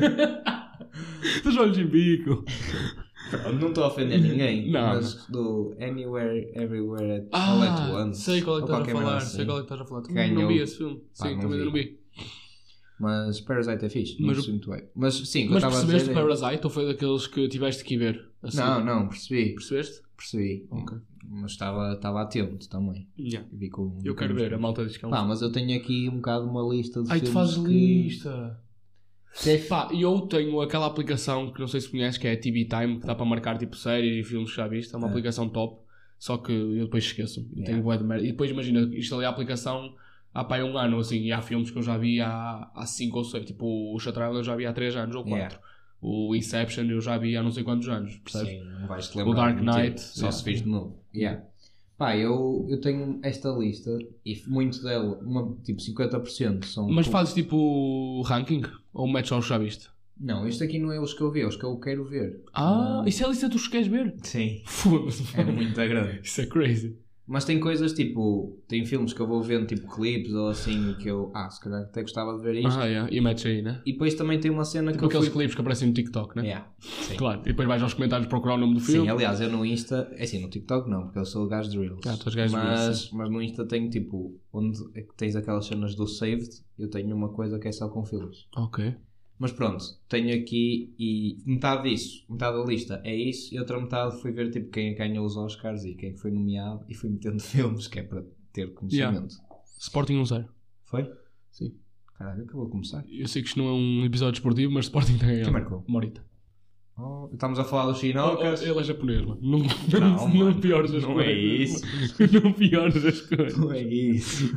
Dos olhos em bico. Não estou a ofender ninguém, não, mas do Anywhere, Everywhere, All At Once. Sei qual é que estás a falar, assim, sei qual é que estás a falar. Ganhou. Não vi esse filme. Pá, sim, também ainda não vi. Mas Parasite é fixe, mas muito bem. Mas sim, mas percebeste Parasite ou foi daqueles que tiveste que ir ver? Assim? Não, percebi. Percebeste? Percebi. Ok. Mas estava atento também. Vi eu quero ver, a malta diz que é um filme. Mas eu tenho aqui um bocado uma lista de filmes. Tu fazes lista. Pá, eu tenho aquela aplicação que não sei se conheces, que é a TV Time, que dá para marcar tipo séries e filmes que já viste. É uma aplicação top, só que eu depois esqueço. Tenho bué de merda. E depois imagina, instalei a aplicação há pá, um ano assim, e há filmes que eu já vi há 5 ou 6. Tipo o Shutter Island eu já vi há 3 anos ou 4. O Inception eu já vi há não sei quantos anos, percebes? Sim, não vais te lembrar. O Dark Knight. Só se fez de novo. Pá, eu tenho esta lista e muito dela, tipo 50% são... Mas fazes tipo ranking? Ou metes só os que já viste? Não, isto aqui não é os que eu vi, é os que eu quero ver. Isso é a lista dos que queres ver? Sim. Foda-se. É muito grande. Isso é crazy. Mas tem coisas tipo... Tem filmes que eu vou vendo, tipo clipes ou assim, que eu... se calhar até gostava de ver isto. E metes aí, né? E depois também tem uma cena tipo que aqueles clipes que aparecem no TikTok, né? Sim. Claro. E depois vais aos comentários procurar o nome do filme. Sim, aliás, eu no Insta... É assim, no TikTok não, porque eu sou o gajo de Reels. Tu és gajo de Reels. Mas no Insta tenho tipo... Onde é que tens aquelas cenas do Saved, eu tenho uma coisa que é só com filmes. Ok. Mas pronto, tenho aqui e metade disso, metade da lista é isso e outra metade fui ver tipo quem ganhou os Oscars e quem foi nomeado e fui metendo filmes que é para ter conhecimento. Sporting 1-0. Foi? Sim. Caralho, que eu vou começar. Eu sei que isto não é um episódio esportivo, mas Sporting tem ganhado. Quem marcou? Morita. Estamos a falar dos Chinocas. Ele é japonês, mano. Não piores as coisas. Não é isso. Não piores as coisas. Não é isso.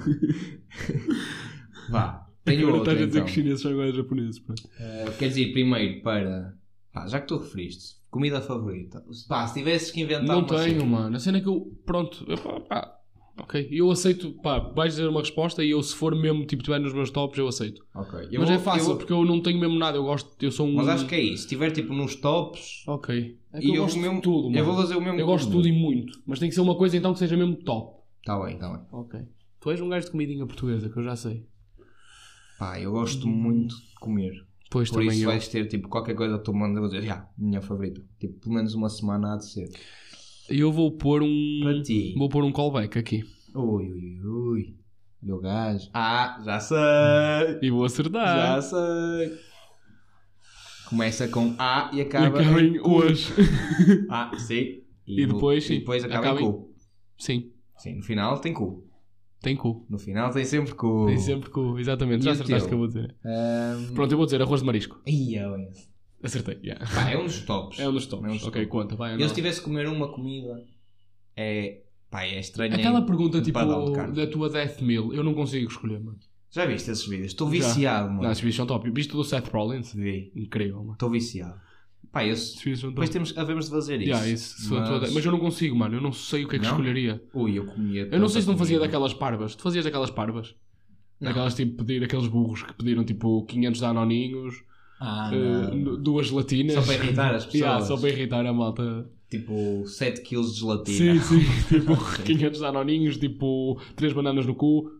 Vá. Tenho agora outra, estás a dizer então. que os chineses são iguais a japoneses. Queres ir primeiro para... já que tu referiste, comida favorita. Se tivesses que inventar não tenho, mano. A cena é que eu... Pronto. Ok. Eu aceito... Vais dizer uma resposta e eu, se for mesmo, tipo, estiver nos meus tops, eu aceito. Ok. Mas é fácil, porque eu não tenho mesmo nada. Eu sou um... Mas acho que é isso. Se estiver, tipo, nos tops... Ok. E eu gosto mesmo de tudo, mano. Eu vou fazer o mesmo. Eu gosto de tudo e muito. Mas tem que ser uma coisa, então, que seja mesmo top. Tá bem. Ok. Tu és um gajo de comidinha portuguesa, que eu já sei. Eu gosto muito de comer. Pois, por também isso eu. Vais ter, tipo, qualquer coisa que tu mandas, eu vou dizer, minha favorita. Tipo, pelo menos uma semana há de ser. Eu vou pôr um... Para ti. Vou pôr um callback aqui. Ui. Olha o gajo. Já sei. E vou acertar. Já sei. Começa com A e acaba em hoje. Sim. E depois, sim. E depois acaba em cu. Sim. Sim, no final tem cu. Tem cu. No final tem sempre cu. Tem sempre cu, exatamente. Já acertaste o que eu vou dizer. Pronto, eu vou dizer arroz de marisco. Acertei, é um dos tops. É um dos tops. Ok, conta. Vai, eu se tivesse que comer uma comida, é estranho. Aquela pergunta tipo da tua death meal, eu não consigo escolher, mano. Já viste esses vídeos? Estou viciado, mano. Não, esses vídeos são top. Viste do Seth Rollins? Vi. Incrível, mano. Estou viciado. Depois havemos de fazer isso. Mas eu não consigo, mano. Eu não sei o que é que escolheria. Eu comia. Eu não sei se não fazia daquelas parvas. Tu fazias daquelas parvas? Não. Daquelas tipo pedir aqueles burros que pediram tipo 500 danoninhos, 2 gelatinas. Só para irritar as pessoas. Só para irritar a malta. Tipo 7 kg de gelatina. Sim. Tipo 500 danoninhos, tipo 3 bananas no cu.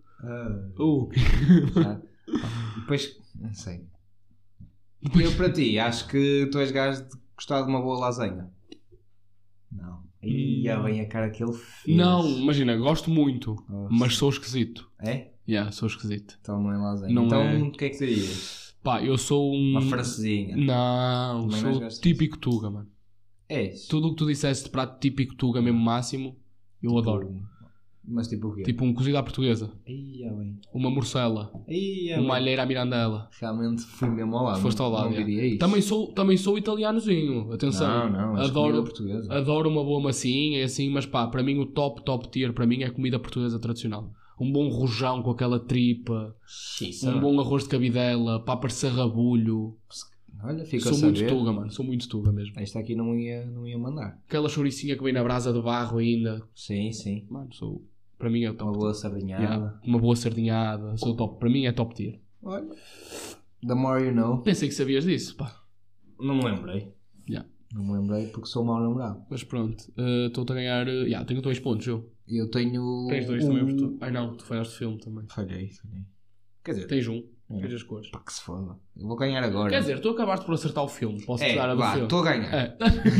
Depois, não sei. Eu para ti, acho que tu és gajo de gostar de uma boa lasanha. Não. Ia bem a cara que ele fez. Não, imagina, gosto muito, Nossa. mas sou esquisito. É? Sou esquisito. Então não é lasanha. Não então é. o que é que dirias? Pá, eu sou um... Uma francesinha. Não, Também sou não gostas típico Tuga, mano. És? Tudo o que tu disseste de prato típico Tuga, mesmo máximo, eu adoro. Mas tipo o quê? Tipo um cozido à portuguesa, Ia bem. uma morcela, Ia uma bem. alheira à mirandela. Realmente fui mesmo ao lado. Foste ao lado, Não é. diria isso. Também sou italianozinho, atenção. Não, és adoro, comida portuguesa. adoro uma boa massinha e assim, mas pá, para mim o top tier para mim é comida portuguesa tradicional. Um bom rojão com aquela tripa, Xiça. um bom arroz de cabidela, papas de sarrabulho. Olha, fica Sou a saber. muito Tuga, mano, sou muito Tuga mesmo. Esta aqui não ia mandar. Aquela chouricinha que vem na brasa de barro ainda. Sim, sim. Mano, para mim é o Uma top. boa sardinhada. Uma boa sardinhada, sou top. Para mim é top tier. Olha. The more you know. Pensei que sabias disso, pá. Não me lembrei. Yeah. Não me lembrei porque sou mau namorado. Mas pronto, estou-te a ganhar. Tenho 2 pontos, eu. Eu tenho. Tens 2 também, porque tu... Ai não, tu falhaste filme também. Falhei. Quer dizer, Tens tens as cores. pá, que se foda. Eu vou ganhar agora. Quer dizer, tu acabaste por acertar o filme. Posso te dar a do vá, filme? estou a ganhar. É.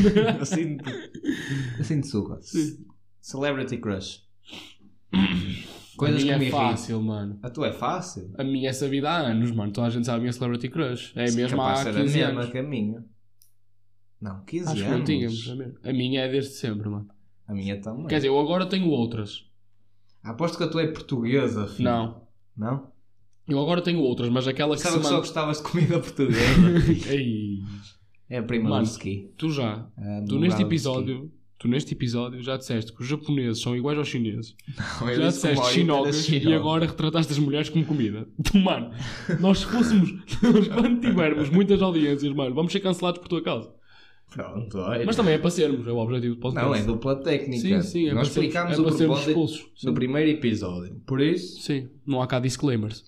Assim de suca. Sim. Celebrity Crush. A Coisas minha que me é irritam. fácil, mano. A tua é fácil? A minha é sabida há anos, mano. Toda a gente sabe a minha Celebrity Crush. É a mesma há Capaz de ser 15 a mesma anos. que a minha. Não, 15 Acho anos. que não tínhamos. A minha é desde sempre, mano. A minha também. Quer dizer, eu agora tenho outras. Aposto que a tua é portuguesa, filho. Não. Não? Eu agora tenho outras, mas aquela que Sabe que se só manda... gostavas de comida portuguesa? Ei, É a prima Mano, do ski. tu já. A Tu namorada do ski. neste episódio já disseste que os japoneses são iguais aos chineses. Não, eu Já disse que o disseste Maurito chinogas era e chinó. agora retrataste as mulheres como comida. Tu, mano, nós quando tivermos muitas audiências, mano, vamos ser cancelados por tua causa. Pronto, olha. Mas também é para sermos, é o objetivo do podcast. Não, é dupla Sim, técnica. sim, é Nós para sermos- explicámos é o para sermos propósito expulsos. no primeiro episódio. Por isso, Sim, não há cá disclaimers.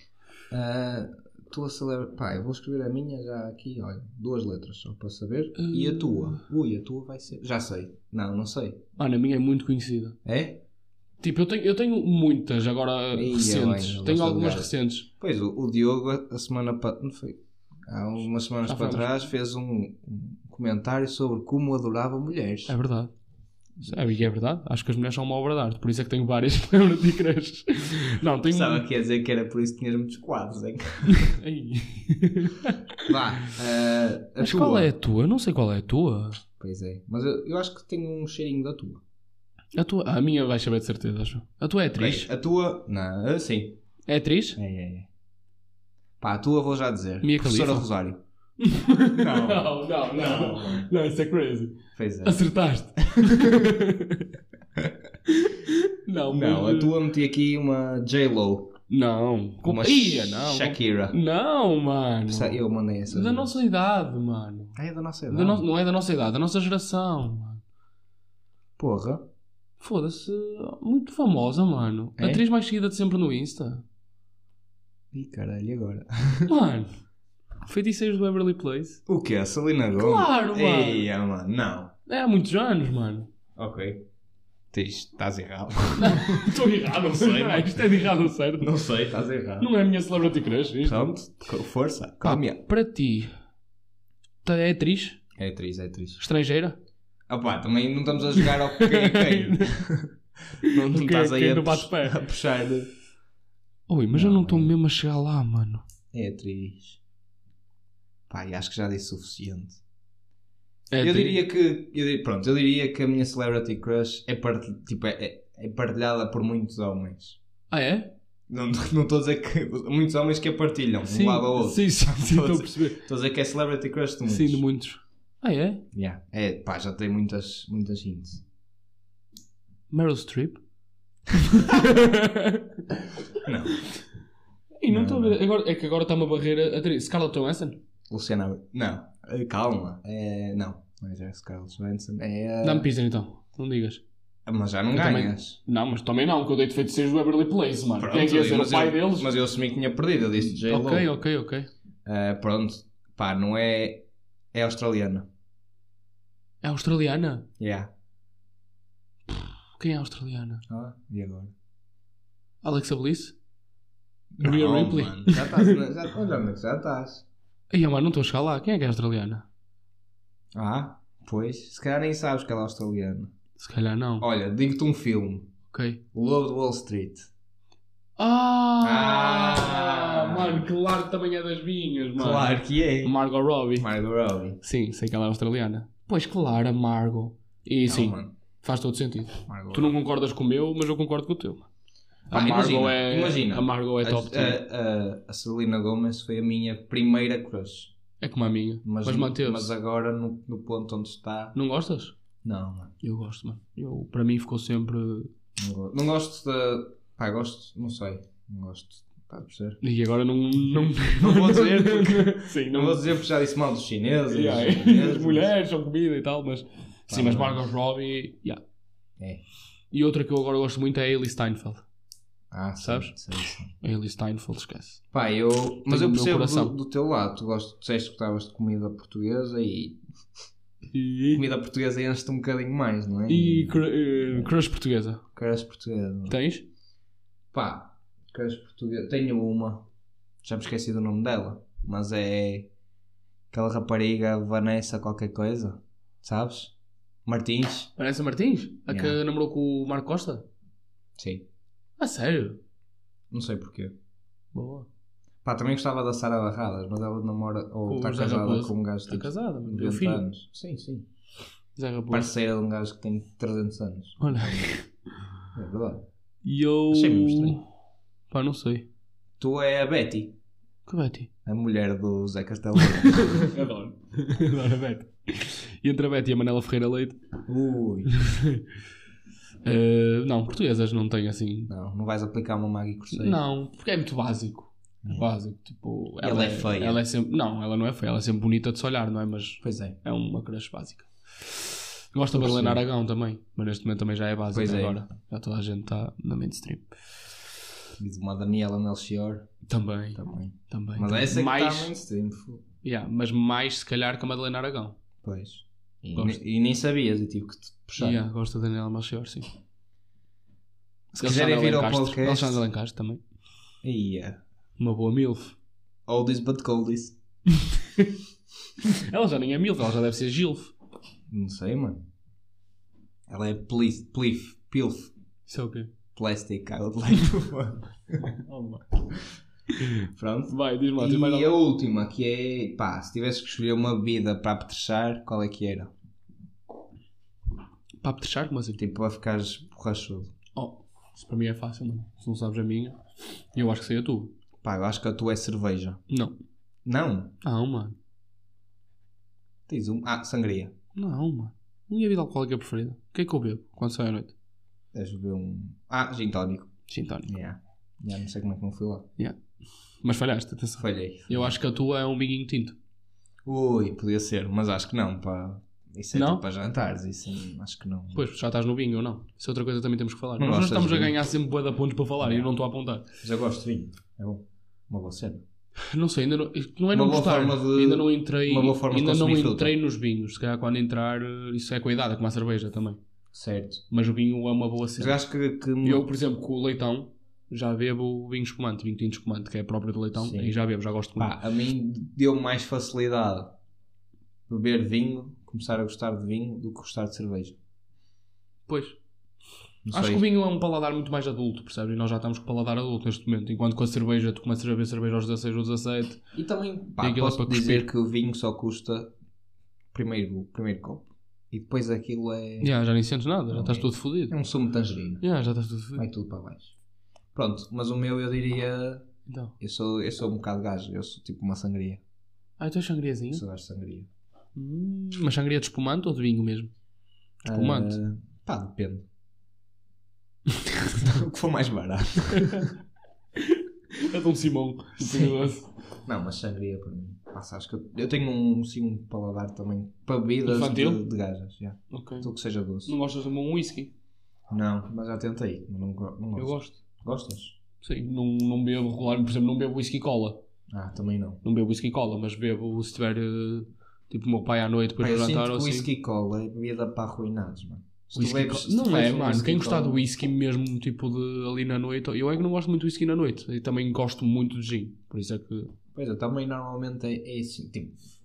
tua celebra... Pá, eu vou escrever a minha já aqui, olha, 2 letras só para saber. E a tua? Ui, a tua vai ser... Já sei. Não sei. Mano, a minha é muito conhecida. É? Tipo, eu tenho muitas agora Ia recentes. bem, eu Tenho gosto algumas de recentes. Pois, o Diogo, a semana... Não foi... Há umas semanas para vamos. trás fez um comentário sobre como adorava mulheres. É verdade. É verdade. Acho que as mulheres são uma obra de arte. Por isso é que tenho várias Celebrity Crushes. Não, tenho... Pensava que ia dizer que era por isso que tinhas muitos quadros, hein? Ei. Vá, a Mas tua. qual é a tua? Eu não sei qual é a tua. Pois é, mas eu acho que tenho um cheirinho da tua. A minha vais saber de certeza, acho. A tua é atriz? A tua, não, sim. É atriz? É. Pá, a tua vou já dizer. Mia Professora Khalifa? Rosário. Não, isso é crazy. Pois é. Acertaste. Não, Não, mas- a tua meti aqui uma J-Lo. Não. Uma Não. Shakira. Não, mano. Eu mandei essa. Da nossa idade, mano. É da nossa idade. Não é da nossa idade, da nossa geração, mano. Porra. Foda-se, muito famosa, mano. É? Atriz mais seguida de sempre no Insta. Ih, caralho, e agora? Mano, Feiticeiros do Beverly Place. O quê? A Selena Gomez? Claro, mano. Eia, mano, não. É há muitos anos, mano. Ok. Estás errado. Estou errado, não sei. Isto é de errado, certo? Não sei, estás errado. Não é a minha celebrity crush, isto. Pronto, com força. Pá, Calma. para ti, é atriz? É atriz. Estrangeira? Ah pá, também não estamos a jogar ao quem é quem. Não Quem é estás aí quem a, no bate-pé? a puxar. Oi, mas eu não estou mesmo a chegar lá, mano. É atriz. Pá, e acho que já disse suficiente. É Eu atriz? diria que... Eu diria que a minha celebrity crush é partilhada por muitos homens. Ah, é? Não estou a dizer que... Muitos homens que a partilham, de um lado ao outro. Sim, estou a perceber. Estou a dizer que é celebrity crush de muitos. Sim, de muitos. Ah, é? Yeah. É, pá, já tem muitas hints. Meryl Streep? Não. E não estou a ver. Agora, é que agora está uma barreira. Atriz. Scarlett Johansson? Luciana... Não. Calma. Não é Scarlett Johansson. Dá-me pizza então. Não digas. Mas já não Eu ganhas. Não, mas também não, que eu dei de feiticeiros do Beverly Place, mano. Pronto, Quem é que ia ser? O mas pai eu- deles? Mas eu assumi que tinha perdido. Eu disse J-Lo. Ok. Pronto. Pá, não é... É australiana. É australiana? Yeah. Quem é australiana? E agora? Alexa Bliss? Não, Rhea Ripley? mano. Já estás... Olha onde é que já estás. Ai, mano, não estou a chegar lá. Quem é que é australiana? Pois, se calhar nem sabes que ela é australiana. Se calhar não. Olha, digo-te um filme. Ok. O Lobo de Wall Street. Mano, claro que também é das minhas, mano. Claro que é. Margot Robbie. Margot Robbie. Sim, sei que ela é australiana. Pois claro, a Margot. E Não, sim, mano. faz todo sentido. Margot Tu não concordas com o meu, mas eu concordo com o teu. A Pá, Margot imagina. A Margot é top tier. A Selena Gomez foi a minha primeira crush. É como a minha. Mas manteve-se. Mas agora, no ponto onde está... Não gostas? Não, mano. Eu gosto, mano. Para mim ficou sempre... Não gosto da... Pá, gosto... Não sei. Não gosto. Está a perceber? E agora não vou dizer porque... Sim, Não vou dizer porque já disse mal dos chineses. Yeah, dos chineses, as mulheres são comida e tal, mas... Sim, mas Margot Robbie... Yeah. É. E outra que eu agora gosto muito é a Hailey Steinfeld. Sabes? Sim. A Hailey Steinfeld, esquece. Pá, mas eu o meu percebo coração. do teu lado. Tu disseste que gostavas de comida portuguesa e... E Comida portuguesa enche-te um bocadinho mais, não é? crush portuguesa. Crush portuguesa. Tens? Pá, crush portuguesa. Tenho uma. Já me esqueci do nome dela. Mas é... Aquela rapariga Vanessa qualquer coisa. Sabes? Martins. Vanessa Martins? A Yeah. que namorou com o Marco Costa? Sim. Ah, sério? Não sei porquê. Boa. Pá, também gostava da Sara Barradas, mas ela namora ou Com está o Zé casada Raposo. com um gajo Está tipo casada, de meu 90 filho. anos. Sim. Zé Raposo. Parceira de um gajo que tem 300 anos. Olha. É verdade. E eu... Achei-me estranho. Pá, não sei. Tu é a Betty, Que Betty? a mulher do Zé Castelo. Adoro. Adoro a Betty. E entre a Betty e a Manela Ferreira Leite... Ui. Não, portuguesas não tenho assim... Não vais aplicar uma Maggie Corseia. Não, porque é muito básico. Básico, tipo... Ela é feia. Ela é sempre... Não, ela não é feia. Ela é sempre bonita de se olhar, não é? Mas Pois é. é uma crush básica. Gosto da Madalena Aragão também. Mas neste momento também já é básica Pois é. agora. Já toda a gente está na mainstream. Diz uma Daniela Melchior. Também. Mas Também. essa é que mais, está mainstream. yeah, mas mais se calhar que a Madalena Aragão. Pois. Gosto. E nem sabias e tive que te puxar. Yeah, gosto da Daniela Melchior, sim. Se quiserem vir ao podcast... Alexandre Alencastre também. Ia. Uma boa milf. Oldies but goldies. Ela já nem é milf, ela já deve ser gilf. Não sei, mano. Ela é pilf. Isso é o quê? Plastic, I would like to... Pronto. Vai, diz-me lá. E a última, que é... Pá, se tivesse que escolher uma bebida para apetrechar, qual é que era? Para apetrechar? Como assim? Tipo, para ficares borrachudo. Oh, isso para mim é fácil, mano. Se não sabes a minha, eu acho que sei a tua. Pá, eu acho que a tua é cerveja. Não. Não? Não, mano. Tens um... sangria. Não, mano. Minha vida alcoólica preferida. O que é que eu bebo quando saio à noite? Deves beber um... gin tónico. Gin tónico. Já não sei como é que não fui lá. Mas falhaste, atenção. Falhei. Eu acho que a tua é um vinho tinto. Ui, podia ser, mas acho que não, pá. Isso é Não? tipo para jantares, isso acho que não. Pois, já estás no vinho ou não? Isso é outra coisa que também temos que falar. Não Nós gostas estamos de a vinho? ganhar sempre bué de pontos para falar e eu não estou a apontar. Mas eu gosto de vinho, é bom. Uma boa cena. Não sei, ainda não, não é Uma não boa gostar. forma de- Ainda não entrei, uma boa forma de ainda não consumir fruta. entrei nos vinhos. Se calhar quando entrar, isso é com a idade, é como a cerveja também. Certo. Mas o vinho é uma boa Mas eu cena. acho que Eu, por exemplo, com o leitão, já bebo vinho espumante, vinho tinto espumante, que é próprio do leitão, Sim. e já bebo, já gosto muito. pá, a mim deu mais facilidade beber vinho, começar a gostar de vinho, do que gostar de cerveja. Pois. Não Acho sei. que o vinho é um paladar muito mais adulto, percebes? E nós já estamos com o paladar adulto neste momento. Enquanto com a cerveja, tu começas a beber cerveja aos 16 ou 17. E também, pá, Tem aquilo posso para dizer cuspir. que o vinho só custa o primeiro copo. E depois aquilo é... Já nem sentes nada, já Não, estás é. todo fodido. É um sumo de tangerina. Já estás todo fodido. Vai tudo para baixo. Pronto, mas o meu eu diria... Então. Eu sou um bocado gajo, eu sou tipo uma sangria. Tu és sangriazinho? Eu sou gajo de sangria. Mas sangria de espumante ou de vinho mesmo? Espumante. Pá, depende. O que for mais barato. É de um Simão. Não, mas sangria para mim. Passa, acho que eu tenho um paladar também para bebidas Infantil? de gajas. Yeah. Ok. Tudo que seja doce. Não gostas de um whisky? Não, mas já tentei. Não gosto. Eu gosto. Gostas? Sim, não bebo regular, por exemplo, não bebo whisky cola. Também não. Não bebo whisky cola, mas bebo se tiver tipo o meu pai à noite depois Pá, do eu jantar sinto ou que assim. whisky cola é bebida para arruinados, mano. Se tu Whisky bebes- se tu não bebes é, um mano. whisky Quem gostar cola- do whisky mesmo, tipo de ali na noite, eu é que não gosto muito de whisky na noite. E também gosto muito de gin. Por isso é que. Pois, eu também normalmente é assim, tipo,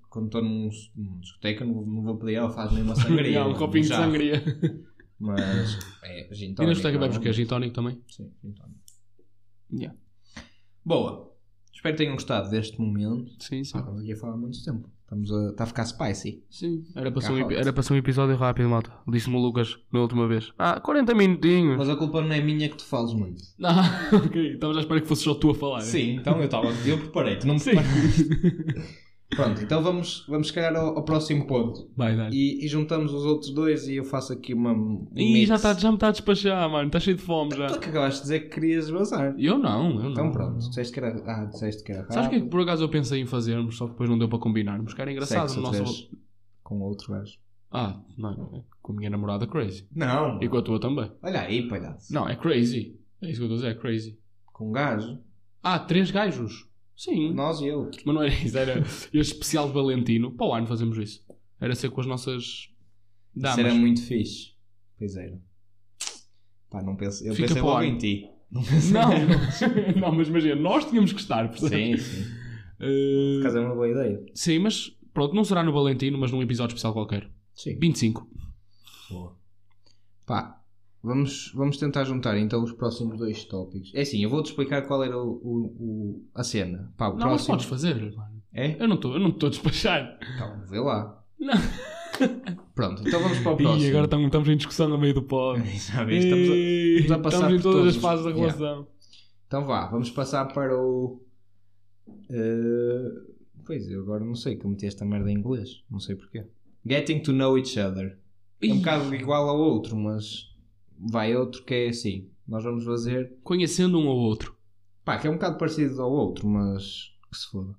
quando estou num discoteca, não vou pedir, faz-me uma sangria. Um copinho de sangria. Mas é gin tónico. E na discoteca bebes o quê? Gin tónico também? Sim, gin tónico. Yeah. Boa. Espero que tenham gostado deste momento. Sim. Estamos aqui a falar há muito tempo. Está a ficar spicy. Sim. Era para ser um episódio rápido, malta. Disse-me o Lucas na última vez. 40 minutinhos. Mas a culpa não é minha que tu fales muito. Ok. Estavas à espera que fosse só tu a falar. Sim, então eu preparei-te, não me preparei. Pronto, então vamos se calhar ao próximo ponto. Vai dar. E juntamos os outros dois e eu faço aqui um Ih, mix. já me está a despachar, mano. Está cheio de fome já. Tu que acabaste de dizer que querias vazar. Eu não. Então pronto, disseste que era rápido. Sabes o que é que por acaso eu pensei em fazermos, só que depois não deu para combinarmos, que era engraçado Sexo no nosso... com outro gajo. Não, com a minha namorada crazy. Não. E com a tua também. Olha aí, palhaço. Não, é crazy. É isso que eu estou a dizer, é crazy. Com um gajo. 3 gajos. Sim. Nós e outro. Mas não era isso, era este especial de Valentino. Para o ano fazemos isso. Era ser com as nossas damas. Isso era muito fixe. Pois era. Pá, não penso. Eu Fica pensei para o logo ano. em ti. Não, mas imagina, nós tínhamos que estar. Percebes? Sim. Por acaso é uma boa ideia. Sim, mas pronto, não será no Valentino, mas num episódio especial qualquer. Sim. 25. Boa. Pá, vamos tentar juntar então os próximos 2 tópicos. É assim, eu vou-te explicar qual era a cena. Pá, o Não, próximo... mas podes fazer, mano. É? Eu não estou a despachar. Então, vê lá. Não. Pronto, então vamos para o próximo. E agora estamos em discussão no meio do pod. Já viste? Estamos a passar Estamos em por todas todos. as fases da relação. Então vá, vamos passar para o... Pois, eu agora não sei que eu meti esta merda em inglês. Não sei porquê. Getting to know each other. É um bocado igual ao outro, mas vai outro que é assim. Nós vamos fazer... Conhecendo um ao outro. Pá, que é um bocado parecido ao outro, mas que se foda.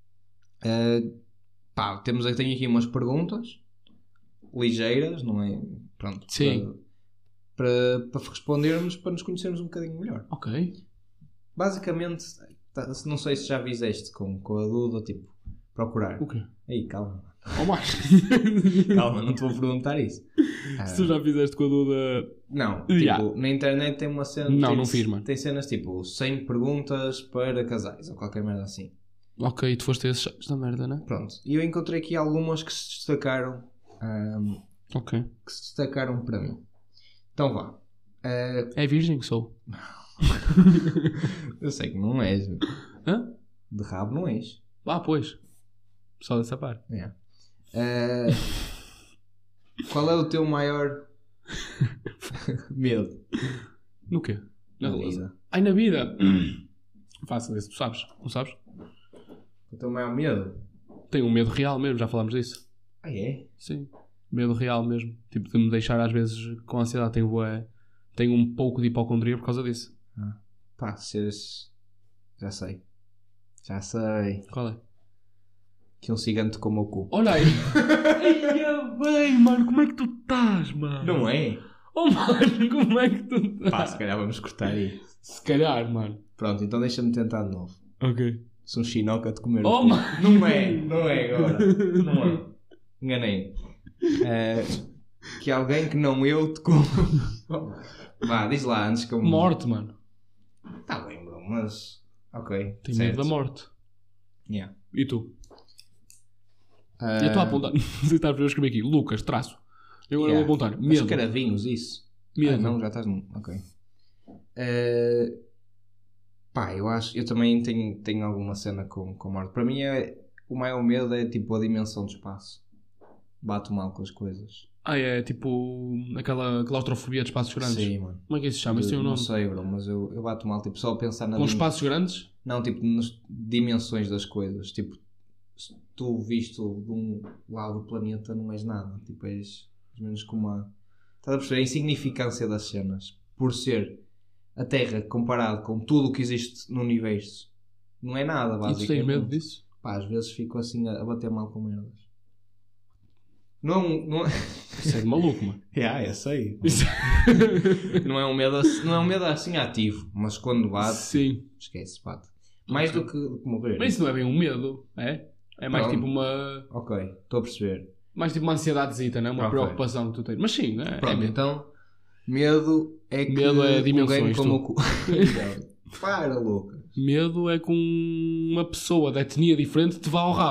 Pá, tenho aqui umas perguntas ligeiras, não é? Pronto. Sim. Para respondermos, para nos conhecermos um bocadinho melhor. Ok. Basicamente, não sei se já fizeste com a Duda, tipo, procurar. O quê? Aí, calma. Ou mais. Calma, não te vou perguntar isso. Se tu já fizeste com a Duda... Não, tipo, Yeah. na internet tem uma cena... Não fiz, mano. Tem cenas tipo 100 perguntas para casais, ou qualquer merda assim. Ok, tu foste a esses sites da merda, né? Pronto. E eu encontrei aqui algumas que se destacaram... Ok. que se destacaram para mim. Então vá. É virgem que sou. Eu sei que não és. Hã? De rabo não és. Pois. Só dessa parte. Yeah. Qual é o teu maior medo No quê? na relação. vida? Ai, na vida. Fácil isso, tu sabes? Não sabes? O teu maior medo? Tenho um medo real mesmo, já falámos disso. Ah, é? Sim. Medo real mesmo. Tipo, de me deixar às vezes com ansiedade. Tenho um pouco de hipocondria por causa disso. Pá, seres... Já sei. Qual é? Que um cigano te comeu o cu. Olha aí. Ai, bem, mano. Como é que tu estás, mano? Não é? Oh, mano. Como é que tu estás? Pá, se calhar vamos cortar aí. Se calhar, mano. Pronto, então deixa-me tentar de novo. Ok. Se um chinoca te comer o Oh, cu. mano. Não é agora. Não é. Enganei. Que alguém que não eu te come. Vá, diz lá antes que eu... Morte, mano. Tá bem, bro, mas... Ok. Tenho certo. medo da morte. Yeah. E tu? Eu estou a apontar. Não sei se estás a escrever aqui. Lucas, traço. Eu agora vou apontar. Mas Medo. caravinhos, isso? Medo. Não, já estás no... Ok. Pá, eu acho... Eu também tenho alguma cena com morte. Para mim, o maior medo é tipo a dimensão do espaço. Bato mal com as coisas. É tipo aquela claustrofobia de espaços grandes. Sim, mano. Como é que isso se chama? Isso tem um Não nome. sei, bro, mas eu bato mal, tipo, só a pensar na... Com espaços grandes? Não, tipo, nas dimensões das coisas. Tipo, se tu visto de um lado do planeta não és nada. Tipo, és mais ou menos como a... Estás a perceber? A insignificância das cenas. Por ser a Terra comparado com tudo o que existe no universo. Não é nada, E basicamente. tu tens medo disso? Pá, às vezes fico assim a bater mal com merdas. Não... Isso é de maluco, mano. Eu sei. Isso... não é um medo assim ativo. Mas quando bate... Sim. Esquece, bate. Mais do que morrer. Mas isso não é bem um medo, é? É mais Pronto. tipo uma... Ok, estou a perceber. Mais tipo uma ansiedadezita, não é? Uma Ok. preocupação que tu tens. Mas sim, é Pronto, medo. então... Medo é que... Medo é dimensões, alguém como tu. o cu. Para, louca. Medo é com uma pessoa de etnia diferente te vá ao rabo.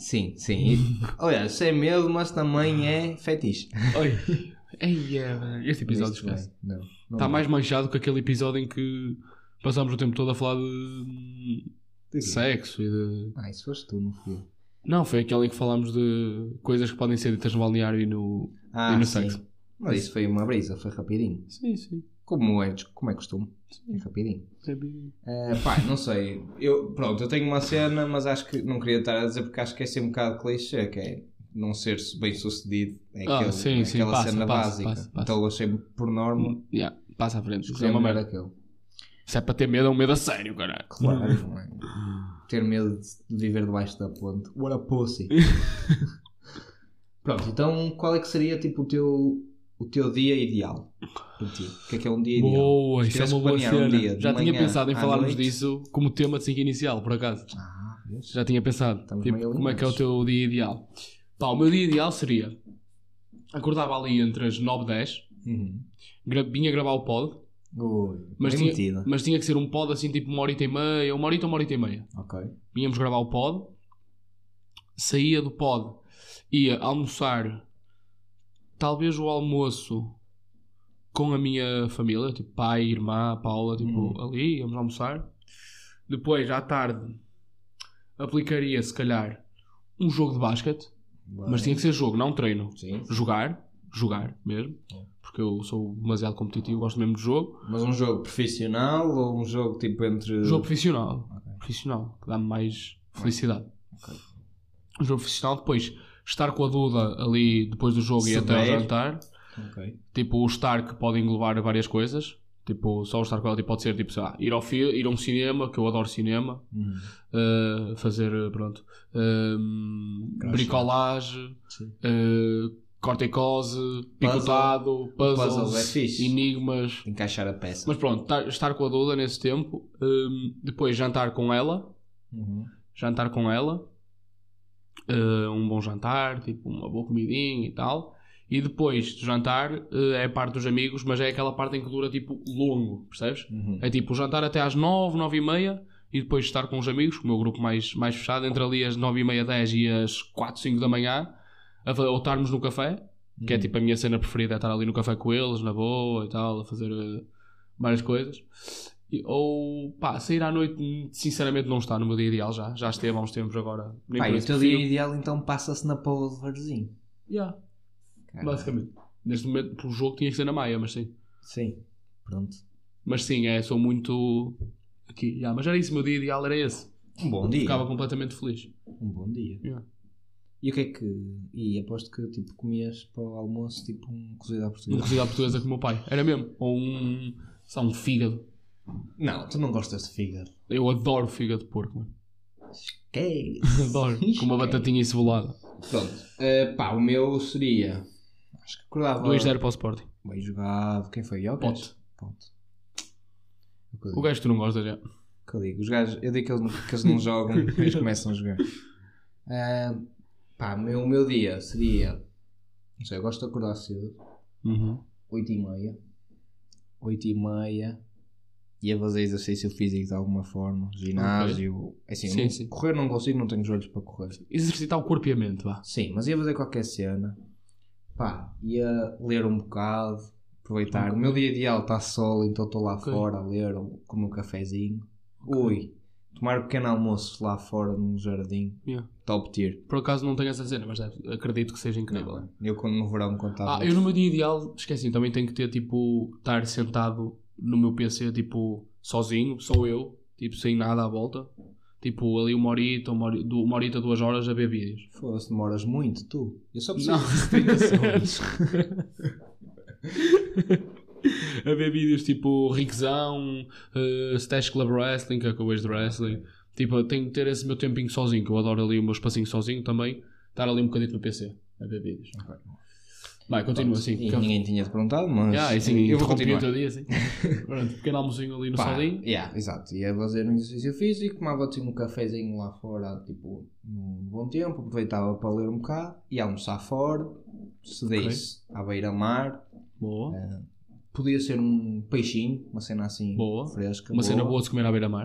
Sim. Olha, sem medo, mas também é fetiche. Oi. Este episódio esquece. Não Está mais manchado que aquele episódio em que passámos o tempo todo a falar de sexo e de... Isso foste tu, não fui eu. Não, foi aquele em que falámos de coisas que podem ser ditas no balneário e no sexo. Mas isso foi uma brisa, foi rapidinho. Sim. Como é costume. É rapidinho. Não sei. Eu tenho uma cena, mas acho que não queria estar a dizer porque acho que é ser um bocado clichê, que é não ser bem sucedido. É aquela cena básica. Então eu achei por norma. Passa à frente. Isso é uma merda aquele. Se é para ter medo, é um medo a sério, caralho. Claro, não é? Ter medo de viver debaixo da ponte. What a pussy. Pronto, então qual é que seria tipo o teu dia ideal para ti? O que é um dia ideal? Boa, isso é uma boa cena. Já tinha pensado em falarmos noite disso como tema de 5 inicial, por acaso. Já tinha pensado. Tipo, como é que é o teu dia ideal? O meu dia ideal seria... Acordava ali entre as 9 e 10. Vinha gravar o pod. Mas tinha que ser um pod assim tipo 1h30, 1h30. Ok. Vínhamos gravar o pod. Saía do pod. Ia almoçar... Talvez o almoço com a minha família, tipo pai, irmã, Paula, tipo ali, íamos almoçar. Depois, à tarde, aplicaria se calhar um jogo de basquete, mas tinha que ser jogo, não treino. Sim. Jogar mesmo, porque eu sou demasiado competitivo, gosto mesmo de jogo. Mas um jogo profissional ou um jogo tipo entre... Jogo profissional, profissional, que dá-me mais felicidade. Um jogo profissional, depois... Estar com a Duda ali depois do jogo e até ao jantar. Tipo, o estar que pode englobar várias coisas. Tipo, só o estar com ela tipo, pode ser tipo, ir a um cinema, que eu adoro cinema. Fazer, bricolagem, corta e cose, picotado, puzzles, enigmas. Encaixar a peça. Mas pronto, estar com a Duda nesse tempo. Depois jantar com ela. Um bom jantar, tipo uma boa comidinha e tal, e depois do jantar é a parte dos amigos, mas é aquela parte em que dura tipo longo, percebes? É tipo o jantar até às 9, 9h30 e depois estar com os amigos, com o meu grupo mais fechado, entre ali as 9h30, 10 e as 4, 5 da manhã, ou estarmos no café, que é tipo a minha cena preferida, é estar ali no café com eles, na boa e tal, a fazer várias coisas. Ou sair à noite sinceramente não está no meu dia ideal, já esteve há uns tempos agora. E o teu dia ideal então passa-se na Póvoa de Varzim. Basicamente neste momento pelo jogo tinha que ser na Maia, mas sim, pronto. Mas sim, sou muito aqui, mas era isso, o meu dia ideal era esse. Um bom dia. Ficava completamente feliz. Um bom dia. E o que é que... E aposto que tipo comias para o almoço tipo um cozido à portuguesa. Um cozido à portuguesa com o meu pai, era mesmo. Ou um fígado. Não, tu não gostas de fígado. Eu adoro fígado de porco, mano. Esquece. Adoro. Com uma batatinha encebolada. Pronto. O meu seria... Acho que acordava... 2-0 para o Sporting. Bem jogado. Quem foi? Pote. O gajo que tu não gostas já. Que eu digo. Os gajos... Eu digo que eles não jogam. Eles começam a jogar. O meu dia seria... Não sei, eu gosto de acordar cedo. 8h30. 8h30. Ia fazer exercício físico de alguma forma, ginásio, assim, correr não consigo, não tenho joelhos para correr. Exercitar o corpo e a mente, vá. Sim, mas ia fazer qualquer cena, ia ler um bocado, aproveitar. O meu dia ideal está sol, então estou lá fora a ler, comer um cafezinho. Tomar um pequeno almoço lá fora num jardim, top tier. Por acaso não tenho essa cena, mas acredito que seja incrível. Não, eu no verão contava. Eu no meu dia ideal, esqueci, também tenho que ter tipo, estar sentado no meu PC, tipo, sozinho, só eu, tipo, sem nada à volta, tipo, ali uma horita, 2 horas a ver vídeos. Foda-se, demoras muito, tu. Eu só preciso de 30 segundos. A ver vídeos tipo Rickzão, Stash Club Wrestling, que é que eu vejo de wrestling. Tipo, tenho que ter esse meu tempinho sozinho, que eu adoro ali o meu espacinho sozinho também, estar ali um bocadinho no PC a ver vídeos. Vai, continua assim. E ninguém tinha-te perguntado, mas eu vou continuar. O teu dia, assim. Pequeno almocinho ali no solinho. Exato. Ia fazer um exercício físico, tomava um cafezinho lá fora, tipo, num bom tempo, aproveitava para ler um bocado, ia almoçar fora, se disse à beira-mar. Boa. Podia ser um peixinho, uma cena assim fresca. Uma cena boa de se comer à beira-mar.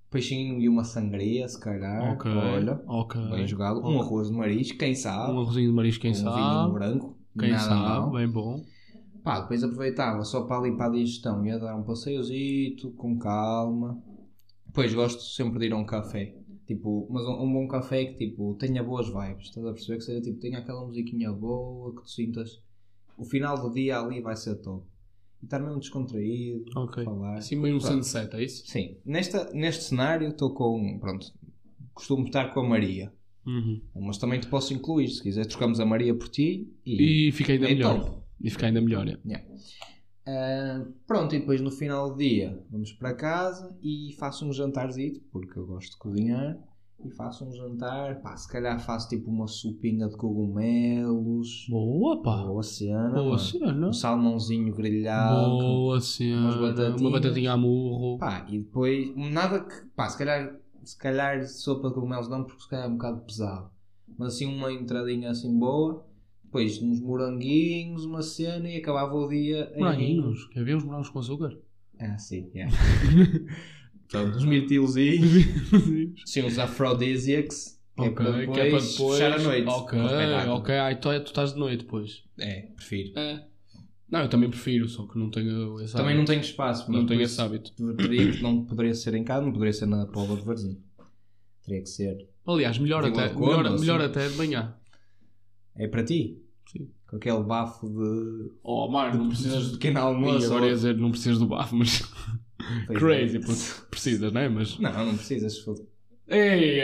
Peixinho e uma sangria, se calhar. Ok. Olha, Ok. bem jogado. Um arroz de marisco, quem sabe. Um arrozinho de marisco, quem Um vinho sabe. branco, Quem nada sabe, mal. bem bom. Pá, depois aproveitava só para ali para a digestão. Ia dar um passeiozito, com calma. Depois gosto sempre de ir a um café. Tipo, mas um bom café que tipo, tenha boas vibes. Estás a perceber? Que seja tipo, tenha aquela musiquinha boa, que tu sintas. O final do dia ali vai ser top. E estar mesmo descontraído, Ok. falar. Assim meio um Pronto. sunset, é isso? Sim, neste cenário estou com. Pronto, costumo estar com a Maria. Uhum. Mas também te posso incluir, se quiser, trocamos a Maria por ti e. E fica ainda é melhor. top. E fica ainda melhor, é. Yeah. Pronto, e depois no final do dia vamos para casa e faço um jantarzito, porque eu gosto de cozinhar. E faço um jantar, pá, se calhar faço tipo uma sopinha de cogumelos. Boa, pá. Boa cena. Boa mano. cena. Um salmãozinho grelhado. Boa cena. batatinhas. Uma batatinha a murro. Pá, e depois, nada que, pá, se calhar sopa de cogumelos não, porque se calhar é um bocado pesado. Mas assim uma entradinha assim boa, depois uns moranguinhos, uma cena e acabava o dia em... Moranguinhos. Quer ver uns morangos com açúcar? Ah, sim, é. Portanto, uns mirtilozinhos, sim, uns aphrodisiacs, que é para depois fechar a noite. Ok, com o espetáculo. ok. Tu estás de noite depois. É, prefiro. É. Não, eu também prefiro, só que não tenho esse Também hábito. não tenho espaço. Não mas tenho por esse isso hábito. Não poderia ser em casa, não poderia ser na Póvoa de Varzim. Teria que ser. Aliás, melhor Vila até, de Conde, melhor assim. até de manhã. É para ti? Sim. Com aquele bafo de... Oh, Mário, não precisas de de... pequeno E almoço. agora ia dizer, não precisas do bafo, mas... Pois Crazy, é. porque precisas, não é? Mas... Não precisas Ei!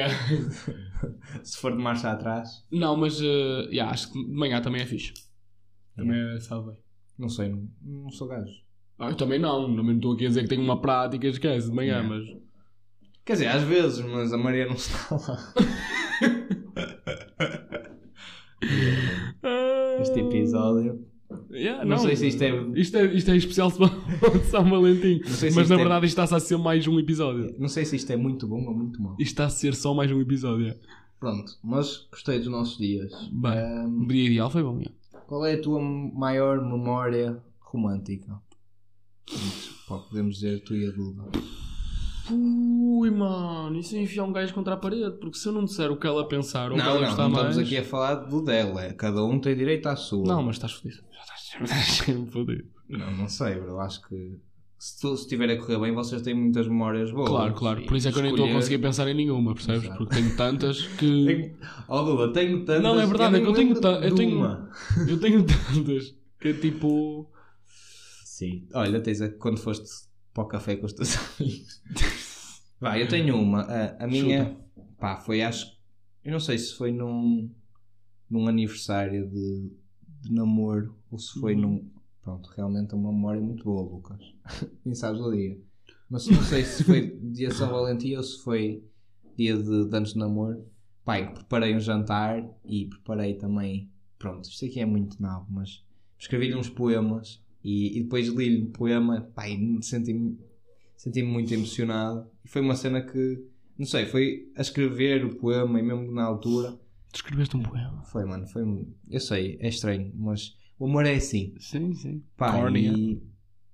se for de marcha atrás. Não, mas acho que de manhã também é fixe. Também sabe bem. Não sei, não sou gajo. Eu também não estou aqui a dizer que tenho uma prática, esquece, de manhã, mas... Quer dizer, às vezes, mas a Maria não está lá. Este episódio... não sei se isto é... Isto é especial de São Valentim, Não sei se mas isto na é- verdade isto está a ser mais um episódio. Não sei se isto é muito bom ou muito mau. Isto está a ser só mais um episódio. Pronto, mas gostei dos nossos dias. Bem, o dia ideal foi bom, Qual é a tua maior memória romântica? Podemos dizer tu e a Duda. Ui, mano, isso é enfiar um gajo contra a parede, porque se eu não disser o que ela pensar ou o que ela Não gostar mais... estamos aqui a falar do dela. Cada um tem direito à sua. Não, mas estás fodido. Já estás fodido. Não sei, bro. Acho que se estiver a correr bem, vocês têm muitas memórias boas. Claro. E Por isso é que eu nem estou a escolher- conseguir pensar em nenhuma, percebes? Exato. Porque tenho tantas que... Oh, Duda, tenho tantas. Não, é verdade, é que eu tenho uma. Eu tenho tantas que é tipo... Sim. Olha, quando foste para o café com os teus amigos. Vai, eu tenho uma. A minha, pá, foi eu não sei se foi num aniversário de namoro ou se foi num... Pronto, realmente é uma memória muito boa, Lucas. Nem sabes o dia. Mas não sei se foi dia de São Valentim ou se foi dia de anos de namoro. Pá, que preparei um jantar e preparei também... Pronto, isto aqui é muito novo, mas escrevi-lhe uns poemas e depois li-lhe o poema, pá, e senti-me muito emocionado. E foi uma cena que, não sei, foi a escrever o poema e mesmo na altura... Tu escreveste um poema? Foi, mano, eu sei, é estranho, mas o amor é assim. Sim. Pá, Corny,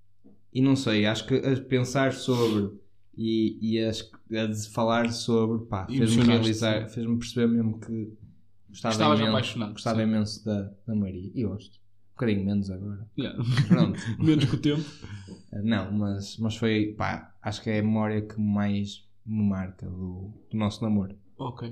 e não sei, acho que a pensar sobre e a falar sobre, pá, fez-me Emocionaste-te. realizar, fez-me perceber mesmo que Estavas apaixonado. gostava imenso da Maria. E gosto. Um bocadinho menos agora. Yeah. Pronto. Menos que o tempo. Não, mas foi, pá, acho que é a memória que mais me marca do nosso namoro. Ok.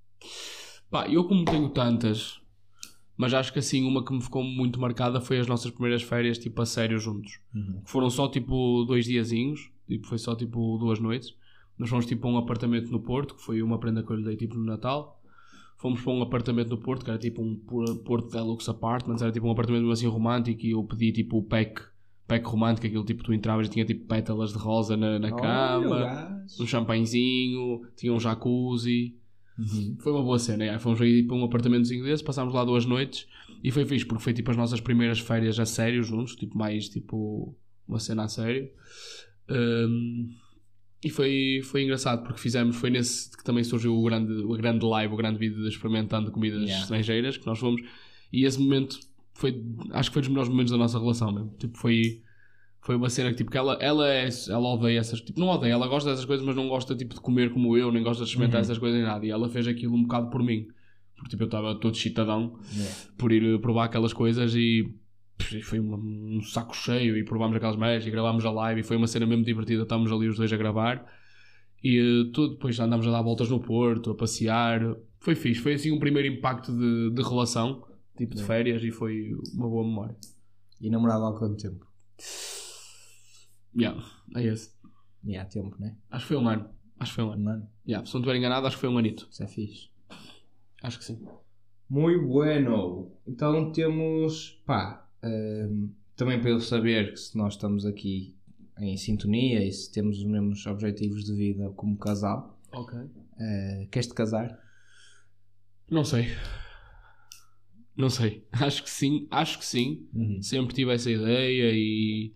Pá, eu como tenho tantas, mas acho que assim uma que me ficou muito marcada foi as nossas primeiras férias, tipo a sério juntos. Foram só tipo 2 diazinhos, tipo, foi só tipo 2 noites. Nós fomos tipo a um apartamento no Porto, que foi uma prenda que eu lhe dei tipo no Natal. Fomos para um apartamento no Porto, que era tipo um Porto Deluxe Apartments, era tipo um apartamento assim romântico, e eu pedi tipo o pack romântico, aquilo tipo tu entravas e tinha tipo pétalas de rosa na cama, um champanhezinho, tinha um jacuzzi. Foi uma boa cena, fomos aí para um apartamentozinho desse, passámos lá 2 noites e foi fixe, porque foi tipo as nossas primeiras férias a sério juntos, tipo mais tipo uma cena a sério. E foi engraçado porque foi nesse que também surgiu o grande live, o grande vídeo de experimentando comidas estrangeiras que nós fomos, e esse momento acho que foi dos melhores momentos da nossa relação mesmo. Tipo, foi Foi uma cena que, tipo, que ela odeia essas... Tipo, não odeia, ela gosta dessas coisas, mas não gosta, tipo, de comer como eu, nem gosta de experimentar essas coisas nem nada. E ela fez aquilo um bocado por mim. Porque, tipo, eu estava todo excitadão por ir provar aquelas coisas e foi um saco cheio e provámos aquelas merdas e gravámos a live e foi uma cena mesmo divertida. Estávamos ali os dois a gravar e tudo. Depois andámos a dar voltas no Porto, a passear. Foi fixe. Foi, assim, um primeiro impacto de relação, tipo, de férias, e foi uma boa memória. E namorava há quanto tempo? É esse. Há tempo, né? Acho que foi um ano. Se não estiver enganado, acho que foi um anito. Isso é fixe. Acho que sim. Muito bueno. Então temos, também para eu saber que se nós estamos aqui em sintonia e se temos os mesmos objetivos de vida como casal. Ok. Queres-te casar? Não sei. Acho que sim. Uhum. Sempre tive essa ideia e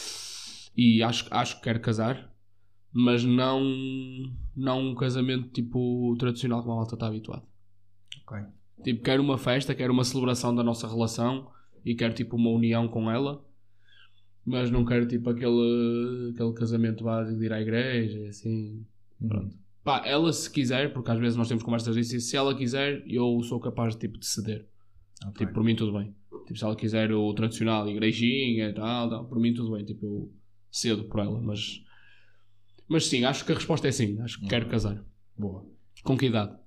acho que quero casar, mas não um casamento tipo tradicional como a malta está habituado. Ok. Tipo, quero uma festa, quero uma celebração da nossa relação e quero tipo uma união com ela, mas não quero tipo aquele casamento básico de ir à igreja, assim. Pronto. Ela se quiser, porque às vezes nós temos conversas disso, e se ela quiser, eu sou capaz de tipo de ceder. Okay. Tipo, por mim tudo bem. Tipo, se ela quiser o tradicional, igrejinha e tal, por mim tudo bem. Tipo, eu cedo por ela, mas sim, acho que a resposta é sim. Acho que quero casar. Boa. Com que idade?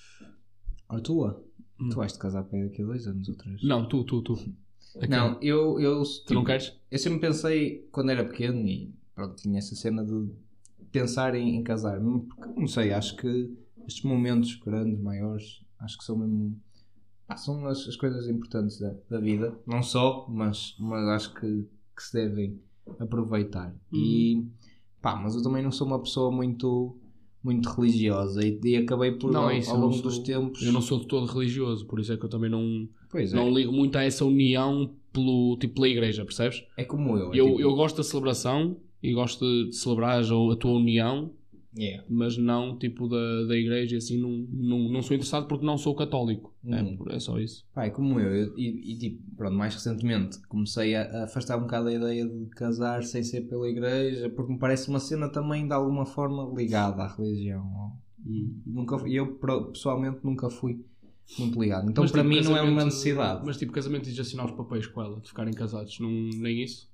A tua? Tu vais te casar para daqui a 2 anos ou 3? Não, tu. Não, eu Tu não queres? Eu sempre pensei, quando era pequeno, e pronto, tinha essa cena de pensar em casar. Porque, não sei, acho que estes momentos grandes, maiores, acho que são mesmo... são as coisas importantes da vida. Não só, mas acho que se devem aproveitar. Mas eu também não sou uma pessoa muito religiosa e acabei por, ao longo dos tempos... Eu não sou de todo religioso, por isso é que eu também não não ligo muito a essa união pela igreja, percebes? É como eu. Eu gosto da celebração e gosto de celebrar a tua união, mas não tipo da igreja, assim, não sou interessado porque não sou católico. É só isso. É como eu. Tipo, pronto, mais recentemente comecei a afastar um bocado a ideia de casar sem ser pela igreja, porque me parece uma cena também de alguma forma ligada à religião. E eu pessoalmente nunca fui muito ligado. Então, mas, para mim não é uma necessidade. Mas tipo, casamento e assinar os papéis com ela, de ficarem casados, nem isso?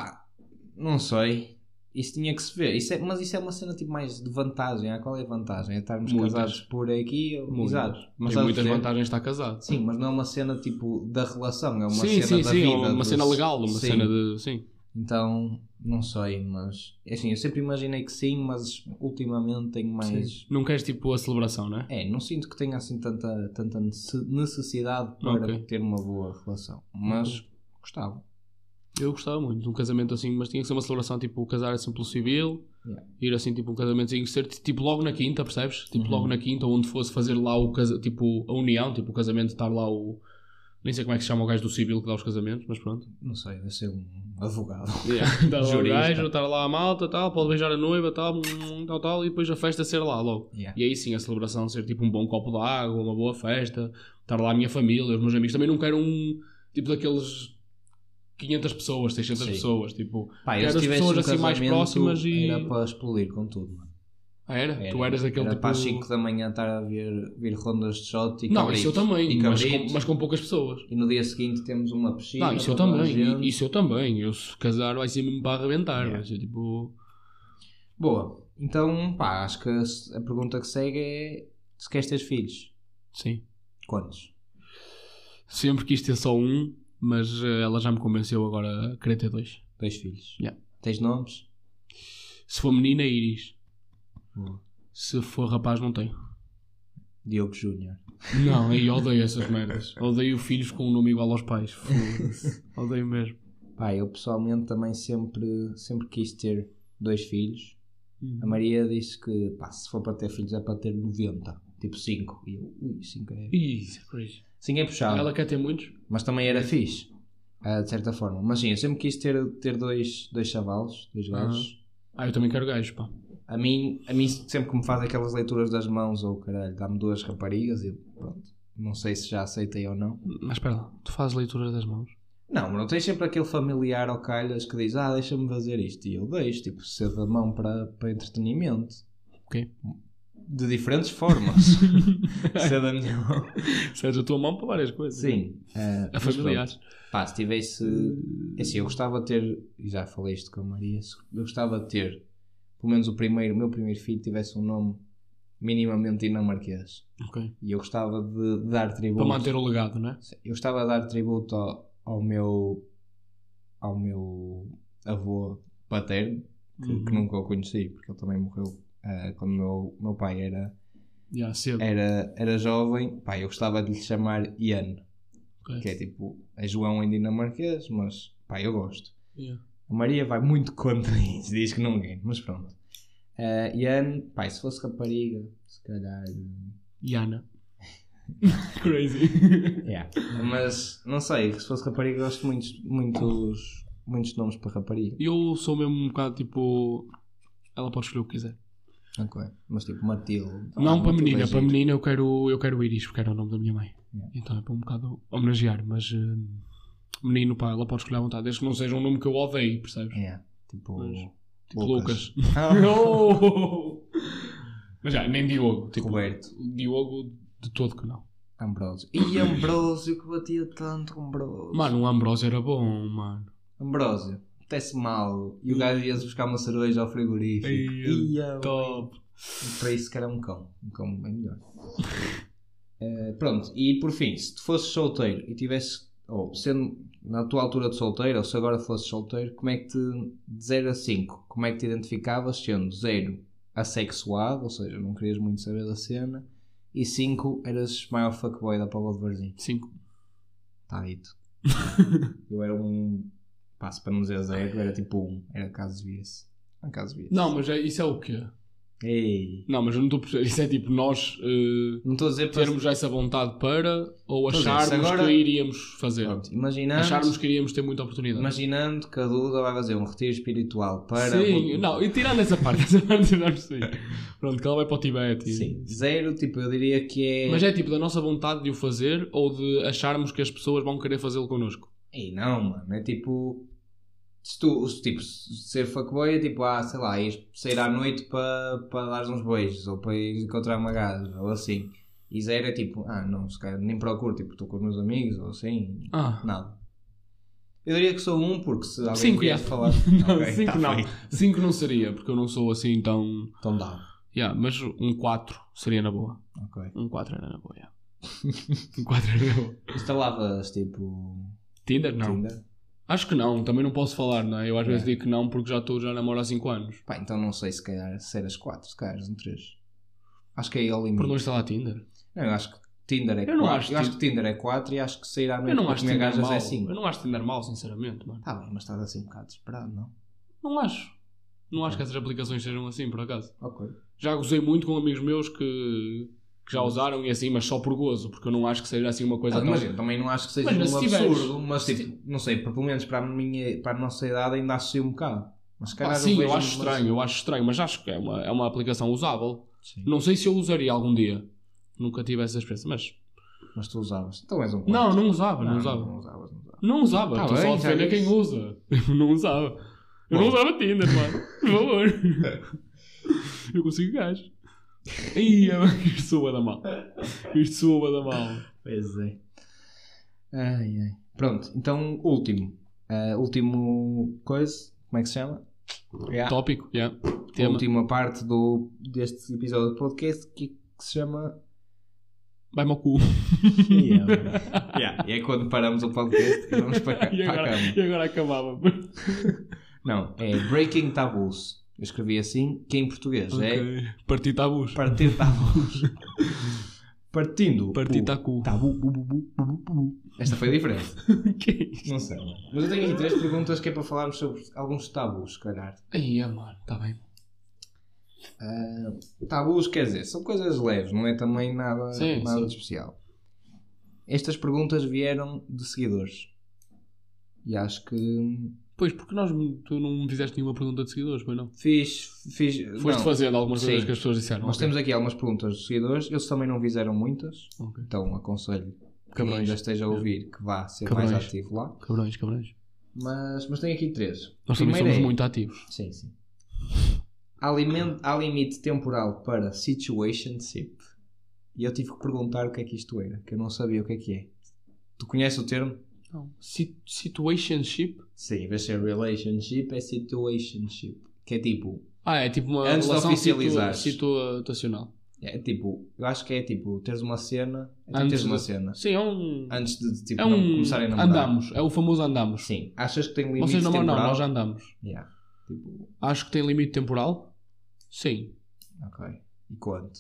Não sei. Isso tinha que se ver. Mas isso é uma cena tipo mais de vantagem. Qual é a vantagem? É estarmos casados por aqui? Exato. Mas tem muitas vantagens estar casado. Sim, mas não é uma cena tipo da relação. É uma cena da vida. É uma cena legal. Uma cena de... Sim. Então, não sei, mas... assim, eu sempre imaginei que sim, mas ultimamente tenho mais... Sim. Não queres tipo a celebração, não é? Não sinto que tenha assim tanta necessidade para ter uma boa relação. Mas gostava. Eu gostava muito de um casamento assim, mas tinha que ser uma celebração tipo casar assim pelo civil, ir assim tipo um casamentozinho, ser tipo logo na quinta, percebes? Tipo logo na quinta, onde fosse fazer lá tipo a união, tipo o casamento, estar lá o... Nem sei como é que se chama o gajo do civil que dá os casamentos, mas pronto. Não sei, deve ser um advogado. Dar lá o gajo, estar lá a malta, tal, pode beijar a noiva, tal, e depois a festa ser lá logo. E aí sim, a celebração ser tipo um bom copo de água, uma boa festa, estar lá a minha família, os meus amigos. Também não quero tipo daqueles 500 pessoas, 600 pessoas, tipo... quero as pessoas assim mais próximas e... Era para explodir com tudo, mano. Era? Tu eras daquele era tipo... para as 5 da manhã estar a vir rondas de shot e não, cabritos. Isso eu também, mas com poucas pessoas. E no dia seguinte temos uma piscina. Não, isso eu também. Isso eu também. Eu se casar vai ser mesmo para arrebentar. Vai ser tipo... Boa. Então, acho que a pergunta que segue é se queres ter filhos. Sim. Quantos? Sempre quis ter só um, mas ela já me convenceu agora a querer ter 2. 2 filhos. Yeah. Tens nomes? Se for menina, Iris. Se for rapaz, não tenho. Diogo Júnior. Não, eu odeio essas merdas. Odeio filhos com um nome igual aos pais. Odeio mesmo. Eu pessoalmente também sempre quis ter 2 filhos. A Maria disse que se for para ter filhos é para ter 90. Tipo 5. E eu, 5 é... Isso é crazy. 5 é puxado. Ela quer ter muitos? Mas também era fixe. De certa forma. Mas sim, eu sempre quis ter dois chavalos. 2 gajos. Eu também quero gajos, pá. A mim sempre que me faz aquelas leituras das mãos, ou caralho, dá-me 2 raparigas e pronto. Não sei se já aceitei ou não. Mas espera lá, tu fazes leituras das mãos? Não tens sempre aquele familiar ao calhas que diz, deixa-me fazer isto. E eu deixo, tipo, cedo a mão para entretenimento. Ok. De diferentes formas. Cedo a minha mão. Cedes a tua mão para várias coisas. Sim. A familiares. Pá, se tivesse... Assim, eu gostava de ter... E já falei isto com a Maria. Eu gostava de ter, pelo menos o meu primeiro filho tivesse um nome minimamente dinamarquês. Ok. E eu gostava de dar tributo... Para manter o legado, não é? Eu gostava de dar tributo ao meu avô paterno, que nunca o conheci, porque ele também morreu quando meu pai Cedo. era jovem. Pá, eu gostava de lhe chamar Ian, Okay. que é tipo, é João em dinamarquês, mas pá, eu gosto. Yeah. A Maria vai muito contra isso, diz que não é, mas pronto. Ian, pá, se fosse rapariga, se calhar... Iana. Crazy. Yeah. Mas, não sei, se fosse rapariga, eu gosto muitos nomes para rapariga. Eu sou mesmo um bocado tipo... Ela pode escolher o que quiser. Ok, mas tipo Matilde. Não, para menina. Para menina eu quero Iris, porque era o nome da minha mãe. Yeah. Então é para um bocado homenagear. Mas menino, pá, ela pode escolher à vontade. Desde que não seja um nome que eu odeie, percebes? Yeah. Tipo Lucas. Ah. No! Mas já, nem Diogo. Tipo, Roberto. Diogo de todo que não. Ambrósio. E Ambrósio, que batia tanto com Ambrósio. Mano, o Ambrosio era bom, mano. Ambrósio. Apetece mal. E o gajo ia-se buscar uma cerveja ao frigorífico. Top. Para isso que era um cão. Um cão bem melhor. Pronto. E por fim, se tu fosses solteiro e tivesse... Ou sendo na tua altura de solteiro, ou se agora fosses solteiro, como é que de 0 a 5, como é que te identificavas, sendo 0 assexuado, ou seja, não querias muito saber da cena, e 5 eras maior fuckboy da Póvoa de Varzim? 5. Está dito. Eu era um... Passo para não dizer 0, era tipo 1. Era caso viesse. Não, caso viesse. Não, mas isso é o quê? Ei. Não, mas eu não estou a perceber. Isso é tipo nós Não estou a dizer termos essa vontade para ou Estou a dizer, acharmos agora- que iríamos fazer. Pronto, Acharmos que iríamos ter muita oportunidade. imaginando que a Duda vai fazer um retiro espiritual para... Sim, não, e tirando essa parte eu já percebi. Pronto, que ela vai para o Tibete. Sim. 0, tipo, eu diria que é... Mas é tipo da nossa vontade de o fazer ou de acharmos que as pessoas vão querer fazê-lo connosco? Ei, não, mano. É tipo... ser fuckboy é tipo, sei lá, ir sair à noite para dar uns beijos ou para ir encontrar uma gaja ou assim. E 0 é tipo, não, se calhar nem procuro, tipo, estou com os meus amigos ou assim. Nada. Eu diria que sou 1 porque se alguém 5 viesse falar... Não, Ok, 5 tá não. feito. 5 não seria, porque eu não sou assim tão... Então dá. Mas um 4 seria na boa. Ok. Um 4 era na boa, Um 4 era na boa. Instalavas tipo... Tinder? Não. Tinder? Acho que não, também não posso falar, não é? Eu às vezes digo que não porque já namoro há 5 anos. Pá, então não sei se calhar se eras 4, se calhar eras um 3. Acho que é aí ao limite. Por não instalar Tinder? Não, eu acho que Tinder é Eu não 4. acho eu acho que Tinder é 4 e acho que sair à noite Eu não para acho comer Tinder gajas mal. é 5. Eu não acho Tinder mal, sinceramente, mano. Tá bem, mas estás assim um bocado desesperado, não? Não acho. Não acho que essas aplicações sejam assim, por acaso. Ok. Já gozei muito com amigos meus que já usaram e assim, mas só por gozo, porque eu não acho que seja assim uma coisa tão... Mas eu também não acho que seja Mas um se tiveres- absurdo, mas tipo, não sei, pelo menos para a nossa idade ainda acho assim um bocado. Mas se calhar sim, eu vejo acho estranho, mas acho que é uma aplicação usável. Sim. Não sei se eu usaria algum dia. Nunca tive essa experiência, Mas tu usavas. Então és um Não usava. Não usava. Tá Estou só bem, a já defender viste. quem usa. Não usava. Eu Bom. não usava Tinder, mano. Por favor. Eu consigo gajo. Isto soa da mal. Pois é. Ai. Pronto, então último coisa, como é que se chama? Tópico, A tema. última parte deste episódio do podcast que se chama... Vai-me ao cu. E é quando paramos o podcast e vamos para cá. E para a cama. agora acabava. Não, é Breaking Tabus. Eu escrevi assim, que em português é Partir tabus. Partir Tabus. Partindo. Partir tacu. Tabu. Esta foi diferente. Que é isto? Não sei. Mas eu tenho aqui 3 perguntas que é para falarmos sobre alguns tabus, se calhar. Mano, está bem. Tabus, quer dizer, são coisas leves, não é também nada Sim. de especial. Estas perguntas vieram de seguidores. E acho que Pois, porque tu não me fizeste nenhuma pergunta de seguidores, pois não? fiz Foste não. fazendo algumas coisas Sim. que as pessoas disseram. Nós ok. temos aqui algumas perguntas de seguidores, eles também não fizeram muitas, Ok. então aconselho que ainda esteja a ouvir que vá ser Cabrões. mais ativo lá. Cabrões. Mas tem aqui 3. Nós também somos muito ativos. Sim. Há limite temporal para situationship. E eu tive que perguntar o que é que isto era, que eu não sabia o que é. Tu conheces o termo? Não. Situationship? Sim, em vez de ser relationship, é situationship. Que é tipo... É tipo uma antes de relação oficializar. situacional. É tipo... Eu acho que é tipo... Teres uma cena... teres uma cena. Sim, é um... Antes de tipo, é não um... começarem a namorar. Andamos. É o famoso andamos. Sim. Achas que tem limite Vocês namoram? temporal? Não, nós já andamos. Yeah. Tipo... Acho que tem limite temporal? Sim. Ok. E quanto?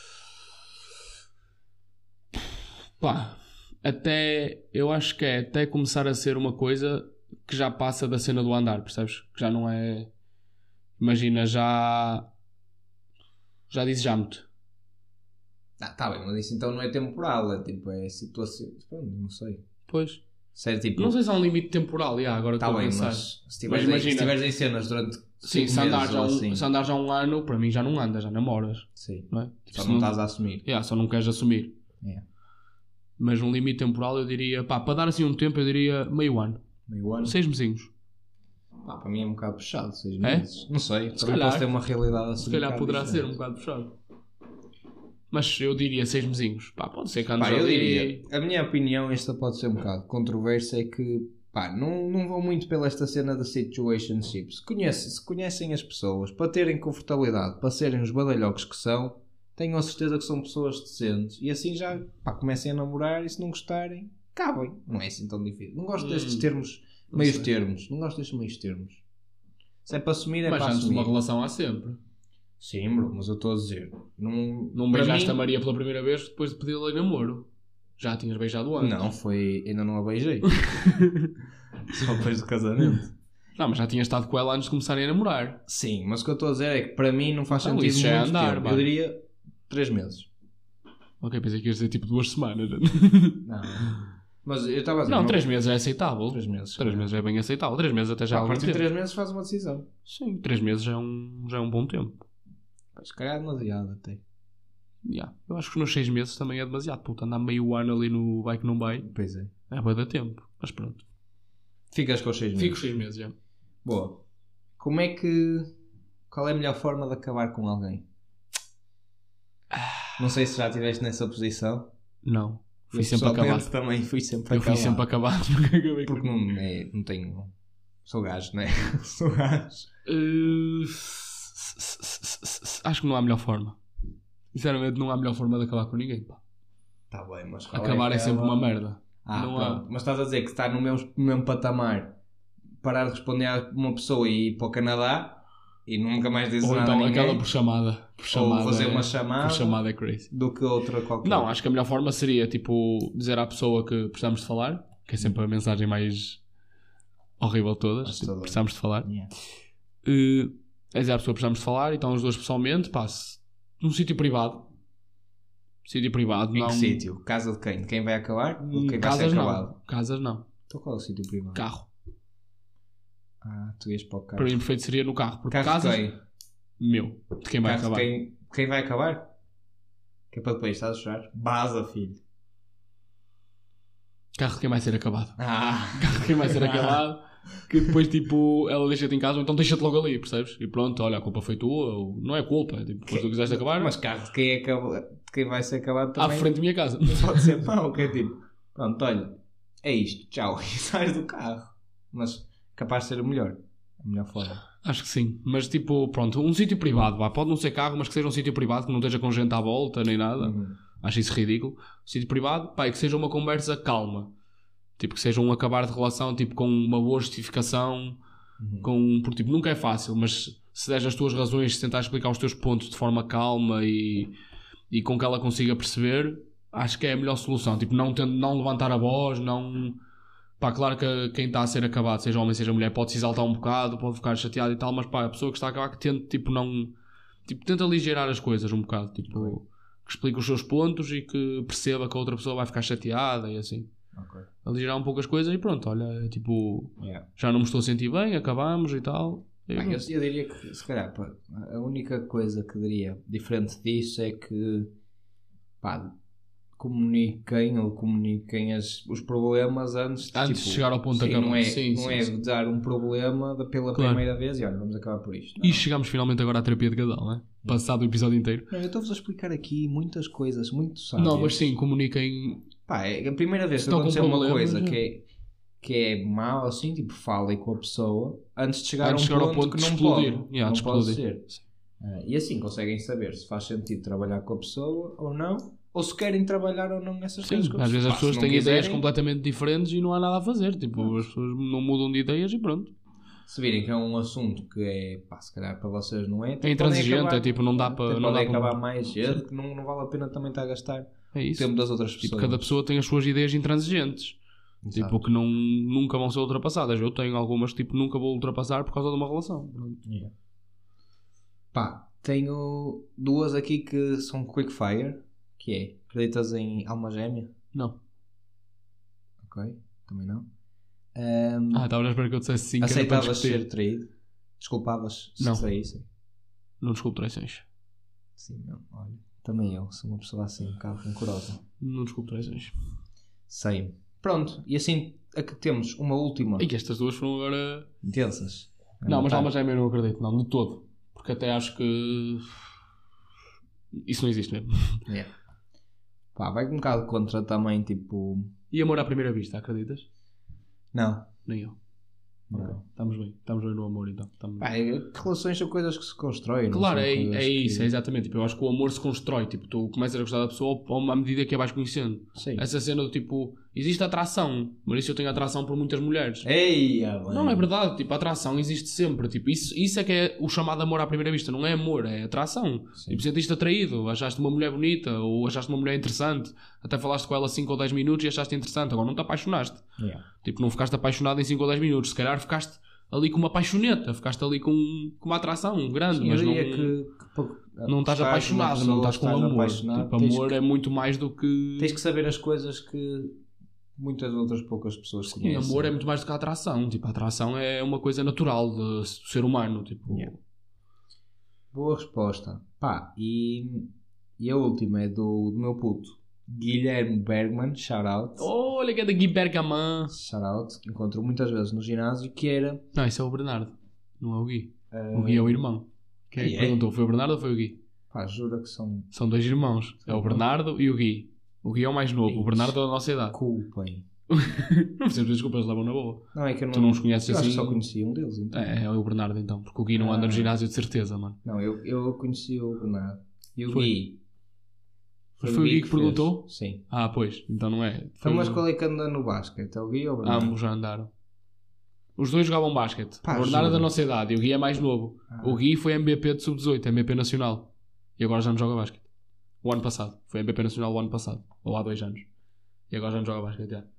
Pá, eu acho que é até começar a ser uma coisa que já passa da cena do andar, percebes? Que já não é... Imagina, já disse já-me-te. Tá bem, mas isso então não é temporal, é tipo, é situação... Não sei. Pois. Sério, tipo... Não sei se há um limite temporal, agora Tá estou a bem, pensar. mas se Mas imagina- tiveres em cenas durante Sim, 5 se meses ou assim... andar já um ano, para mim já não andas, já namoras. Sim. Não é? Tipo, Só se não estás a assumir. Só não queres assumir. Yeah. Mas um limite temporal eu diria, pá, para dar assim um tempo eu diria meio ano. Meio ano? 6 mesinhos. Para mim é um bocado puxado, 6 É? meses. Não sei, Se também calhar. posso ter uma realidade assim. Se calhar um bocado poderá ser diferente. um bocado puxado. Mas eu diria 6 mesinhos. Pá, pode ser que andes Pá, eu ali... diria, a minha opinião, esta pode ser um bocado controversa, é que pá, não vão muito pela esta cena da situationship. Se conhecem as pessoas, para terem confortabilidade, para serem os badalhocos que são, tenham a certeza que são pessoas decentes e assim já pá, comecem a namorar e se não gostarem, acabem. Não é assim tão difícil. Não gosto destes termos, meios termos. Não gosto destes meios termos. Se é para assumir, é Mas para antes de assumir. uma relação há sempre. Sim, bro, mas eu estou a dizer. Não para beijaste mim- a Maria pela primeira vez depois de pedi-la em namoro. Já a tinhas beijado antes. Não, foi. Ainda não a beijei. Só depois do casamento. Não, mas já tinhas estado com ela antes de começarem a namorar. Sim, mas o que eu estou a dizer é que para mim não faz Então, sentido isso já é muito andar, tempo. mano. Eu diria 3 meses. Ok, pensei que ias dizer tipo 2 semanas. Não. Mas eu estava a dizer... Não, 3 meses é aceitável. 3 meses. 3 meses é bem aceitável. 3 meses até já é A algum partir de tempo. 3 meses faz uma decisão. Sim, 3 meses já é um bom tempo. Se calhar é demasiado até. Yeah. Eu acho que nos 6 meses também é demasiado. Puta, andar meio ano ali no vai que não vai. Pois é. É bué de tempo. Mas pronto. Ficas com os 6 meses. Fico 6 meses, já. Boa. Como é que... Qual é a melhor forma de acabar com alguém? Não sei se já estiveste nessa posição. Não. Fui Eu, sempre pessoalmente, acabado. também fui sempre Eu fui acabado. sempre acabado. Porque acabei com- Porque não tenho... Sou gajo, não é? Sou gajo. Acho que não há melhor forma. Sinceramente, não há melhor forma de acabar com ninguém. Pá. Tá bem, mas qual Acabar é aquela- sempre uma merda. Ah, Não pronto. Mas estás a dizer que está no mesmo patamar, parar de responder a uma pessoa e ir para o Canadá e nunca mais dizer Ou nada a então ninguém, aquela por chamada. ou fazer uma Por chamada, chamada é crazy. do que outra qualquer. Não, acho que a melhor forma seria tipo dizer à pessoa que precisamos de falar, que é sempre a mensagem mais horrível de todas. Tipo, Assustador. precisamos de falar. Yeah. É dizer à pessoa que precisamos de falar, então os dois pessoalmente, passe num sítio privado. Sítio privado, Em não. que sítio? Casa de quem? De quem vai acabar? Ou quem vai Casas ser acabado? não. Casas não. Então qual é o sítio privado? Carro. Ah, tu ias para o carro. Para mim, perfeito seria no carro. Porque Carro casas. de quem? Meu. De quem vai Carro acabar. de quem vai acabar? Que é para depois, estás a chorar? Baza, filho. Carro de quem vai ser acabado. Ah, Carro de quem vai ser acabado. Que depois, tipo, ela deixa-te em casa, ou então deixa-te logo ali, percebes? E pronto, olha, a culpa foi tua. Ou... Não é culpa, é tipo, depois tu quiseste acabar. mas carro de quem, de quem vai ser acabado À também frente da minha casa. pode ser mau, que é tipo, pronto, olha, é isto, tchau, e sais do carro. Mas capaz de ser o melhor, a melhor forma. Acho que sim. Mas tipo, pronto, um sítio privado, vá. Pode não ser carro, mas que seja um sítio privado, que não esteja com gente à volta, nem nada. Acho isso ridículo. Sítio privado, pá, e que seja uma conversa calma. Tipo, que seja um acabar de relação, tipo, com uma boa justificação. Porque, tipo, nunca é fácil, mas se deres as tuas razões, se tentar explicar os teus pontos de forma calma e com que ela consiga perceber, acho que é a melhor solução. Tipo, não levantar a voz, não... Pá, claro que quem está a ser acabado, seja homem, seja mulher, pode se exaltar um bocado, pode ficar chateado e tal, mas pá, a pessoa que está a acabar que tente, tipo, não... Tipo, tenta aligerar as coisas um bocado, tipo... Que explique os seus pontos e que perceba que a outra pessoa vai ficar chateada e assim. Okay. Aligerar um pouco as coisas e pronto, olha, tipo... Yeah. Já não me estou a sentir bem, acabamos e tal. E Bem, pronto. eu diria que, se calhar, pá, a única coisa que diria diferente disso é que, pá, comuniquem os problemas antes de chegar ao ponto de acabar. Não é dar um problema pela primeira vez e olha, vamos acabar por isto. E chegamos finalmente agora à terapia de casal, não é? Passado o episódio inteiro. Eu estou-vos a explicar aqui muitas coisas muito sábias. Não, mas sim, comuniquem. Pá, é a primeira vez que aconteceu uma coisa que é mau, assim, tipo, falem com a pessoa antes de chegar a um ponto que não explodir. Pode, não pode ser. E assim conseguem saber se faz sentido trabalhar com a pessoa ou não, ou se querem trabalhar ou não nessas coisas. Às vezes as pessoas têm ideias completamente diferentes e não há nada a fazer. Tipo, as pessoas não mudam de ideias e pronto. Se virem que é um assunto que é, se calhar para vocês não é, tipo, é intransigente, é tipo, não dá para... Não dá acabar mais cedo, que não vale a pena também estar a gastar o tempo das outras pessoas. Tipo, cada pessoa tem as suas ideias intransigentes. Exato. Tipo, que nunca vão ser ultrapassadas. Eu tenho algumas que tipo, nunca vou ultrapassar por causa de uma relação. Yeah. Pá, tenho duas aqui que são quickfire, que é, acreditas em alma gêmea? Não. Ok, também não. Estava a esperar que eu dissesse sim. Aceitavas ser traído? Desculpavas se não. traíssem? Não desculpo traições. Sim, não, olha, também eu sou uma pessoa assim, um bocado rancorosa. Não desculpo traições. Sei. Pronto, e assim aqui temos uma última. E que estas duas foram agora... intensas. Não, mas alma gêmea eu não acredito, não, de todo. Porque até acho que... isso não existe mesmo. Yeah. Pá, vai um bocado contra também, tipo... E amor à primeira vista, acreditas? Não. Nem eu. Não. Okay. Estamos bem no amor então. Pá, relações são coisas que se constroem. Claro, é isso, é exatamente. Tipo, eu acho que o amor se constrói. Tipo, tu começas a gostar da pessoa à medida que a vais conhecendo. Sim. Essa cena do tipo, existe atração, mas isso eu tenho atração por muitas mulheres. Não é verdade, tipo, a atração existe sempre. Tipo, isso é que é o chamado amor à primeira vista. Não é amor, é atração. Sim. Tipo, sentiste atraído, achaste uma mulher bonita ou achaste uma mulher interessante, até falaste com ela 5 ou 10 minutos e achaste interessante. Agora não te apaixonaste. Yeah. Tipo, não ficaste apaixonado em 5 ou 10 minutos. Se calhar ficaste ali com uma paixoneta, ficaste ali com uma atração grande. Sim, mas não estás apaixonado, não estás com amor. Tipo, amor é muito mais do que... Tens que saber as coisas que muitas outras poucas pessoas conhecem. Sim, amor é muito mais do que a atração. Tipo, a atração é uma coisa natural do ser humano. Tipo... Yeah. Boa resposta. Pá, e a última é do meu puto Guilherme Bergman, shout out. Olha que é da Gui Bergaman. Shout out, encontro muitas vezes no ginásio, que era... Não, isso é o Bernardo, não é o Gui. O Gui é o irmão. Quem é que perguntou? Foi o Bernardo ou foi o Gui? Pá, jura que são... São dois irmãos, é o Bernardo e o Gui. O Gui é o mais novo, o Bernardo é da nossa idade. Culpem. Não precisas de desculpas, levam na boa. Não, é que eu não... Tu não os conheces assim? Eu só conhecia um deles, então. É o Bernardo então, porque o Gui não anda no ginásio de certeza, mano. Não, eu conheci o Bernardo. E o Foi. Gui... Foi o Gui que perguntou? Sim. Pois, então não é. Então, mas qual é que anda no basquete? É o Gui ou o Bernardo? Ambos já andaram. Os dois jogavam basquete. Pá, o Bernardo é da juro. nossa idade e o Gui é mais novo. O Gui foi MVP de sub-18, MVP nacional. E agora já não joga basquete. O ano passado. Foi MVP nacional o ano passado. Ou há 2 anos. E agora já não joga basquete, já.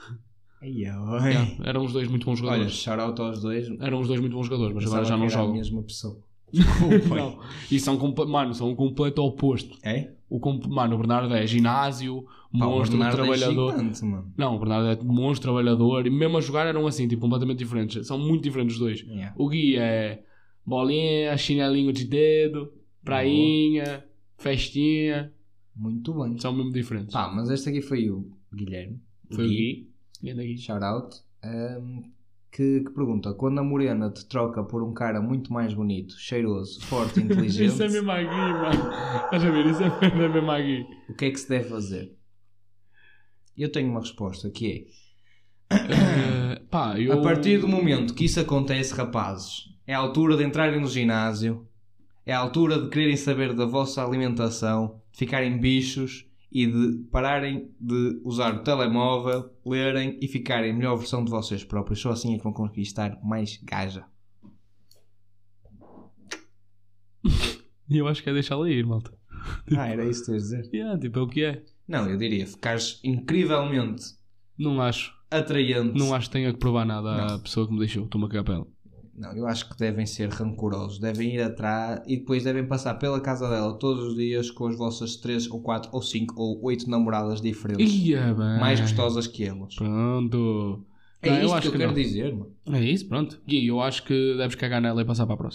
Eram os dois muito bons jogadores. Olha, shout out aos dois. Eram os dois muito bons jogadores, mas agora já não a jogam. mesma pessoa. Não. E são um completo oposto. É? Mano, o Bernardo é ginásio, monstro, trabalhador. É gigante, mano. Não, o Bernardo é monstro, trabalhador. E mesmo a jogar eram assim, tipo, completamente diferentes. São muito diferentes os dois. Yeah. O Gui é bolinha, chinelinho de dedo, prainha, festinha. Muito bem. São mesmo diferentes. Pá, mas este aqui foi o Guilherme. Foi o Gui. Gui. Shout out. Que pergunta: quando a morena te troca por um cara muito mais bonito, cheiroso, forte e inteligente, Isso é mesmo a Gui, mano. Estás a ver? Isso é mesmo a Gui. o que é que se deve fazer? Eu tenho uma resposta que é: a partir do momento que isso acontece, rapazes, é a altura de entrarem no ginásio, é a altura de quererem saber da vossa alimentação, de ficarem bichos e de pararem de usar o telemóvel, lerem e ficarem a melhor versão de vocês próprios. Só assim é que vão conquistar mais gaja. E eu acho que é deixá-la ir, malta. Era isso que tu ias dizer? Tipo, é o que é. Não, eu diria ficares incrivelmente Não acho. atraente. Não acho que tenha que provar nada à pessoa que me deixou. Estou-me a cagar para ela. Não, eu acho que devem ser rancorosos. Devem ir atrás e depois devem passar pela casa dela todos os dias com as vossas 3 ou 4 ou 5 ou 8 namoradas diferentes. Bem. Mais gostosas que elas. Pronto. É isto que eu quero dizer, mano. É isso, pronto. Gui, eu acho que deves cagar nela e passar para a próxima.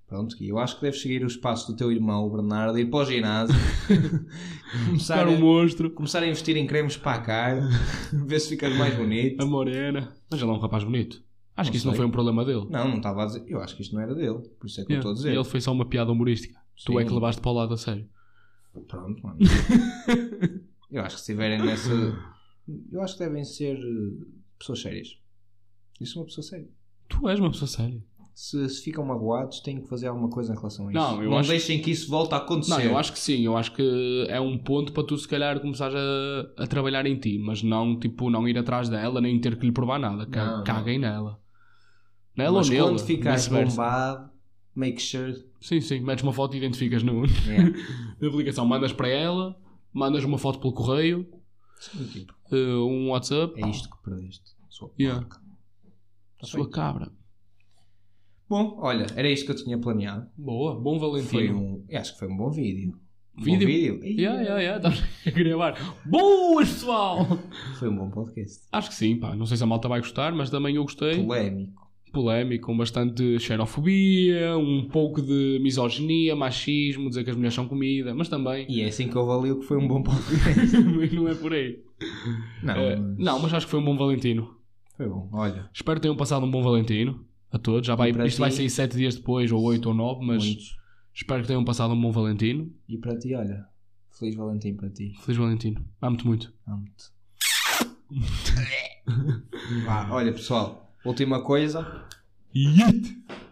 Pronto, Gui, eu acho que deves seguir os passos do teu irmão, o Bernardo, ir para o ginásio, Ficar um monstro. começar a investir em cremes para a cara, ver se ficas mais bonito. A morena. Mas ele é um rapaz bonito. Acho Não que isso não sei. foi um problema dele. Não estava a dizer. Eu acho que isto não era dele, por isso é que eu estou a dizer. E ele foi só uma piada humorística. Tu é que Sim. levaste para o lado a sério. Pronto, mano. Eu acho que se estiverem nessa. Eu acho que devem ser pessoas sérias. Eu sou uma pessoa séria. Tu és uma pessoa séria. Se ficam magoados, têm que fazer alguma coisa em relação a isso. Não, eu não acho- deixem que isso volte a acontecer. Não, eu acho que sim. Eu acho que é um ponto para tu se calhar começares a trabalhar em ti. Mas não, tipo, não ir atrás dela, nem ter que lhe provar nada. Não, Caguem nela. Nela Mas ou nele. quando ficares vice-versa. bombado, make sure. Sim, sim. Metes uma foto e identificas no, Yeah. na aplicação. Mandas para ela, mandas uma foto pelo correio, Sim, tipo, um WhatsApp. é isto que perdeste. Sua Yeah. porca. Tá Sua feito. cabra. Bom, olha, era isto que eu tinha planeado. Boa. Bom Valentino. Eu acho que foi um bom vídeo. Vídeo? Bom vídeo? Estás a gravar. Boas, pessoal! Foi um bom podcast. Acho que sim, pá. Não sei se a malta vai gostar, mas também eu gostei. Polémico, com bastante xerofobia, um pouco de misoginia, machismo, dizer que as mulheres são comida, mas também E é assim que eu avalio que foi um bom podcast. não é por aí. Não, Não, mas acho que foi um bom Valentino. foi bom. Olha, Espero que tenham passado um bom Valentino a todos. Já vai, E para isto vai ti? sair 7 dias depois, ou 8 ou 9, mas muitos. espero que tenham passado um bom Valentino. E para ti, olha, Feliz Valentim para ti. Feliz Valentino. Amo-te muito. Amo-te. Vá, olha pessoal, última coisa. Yeet!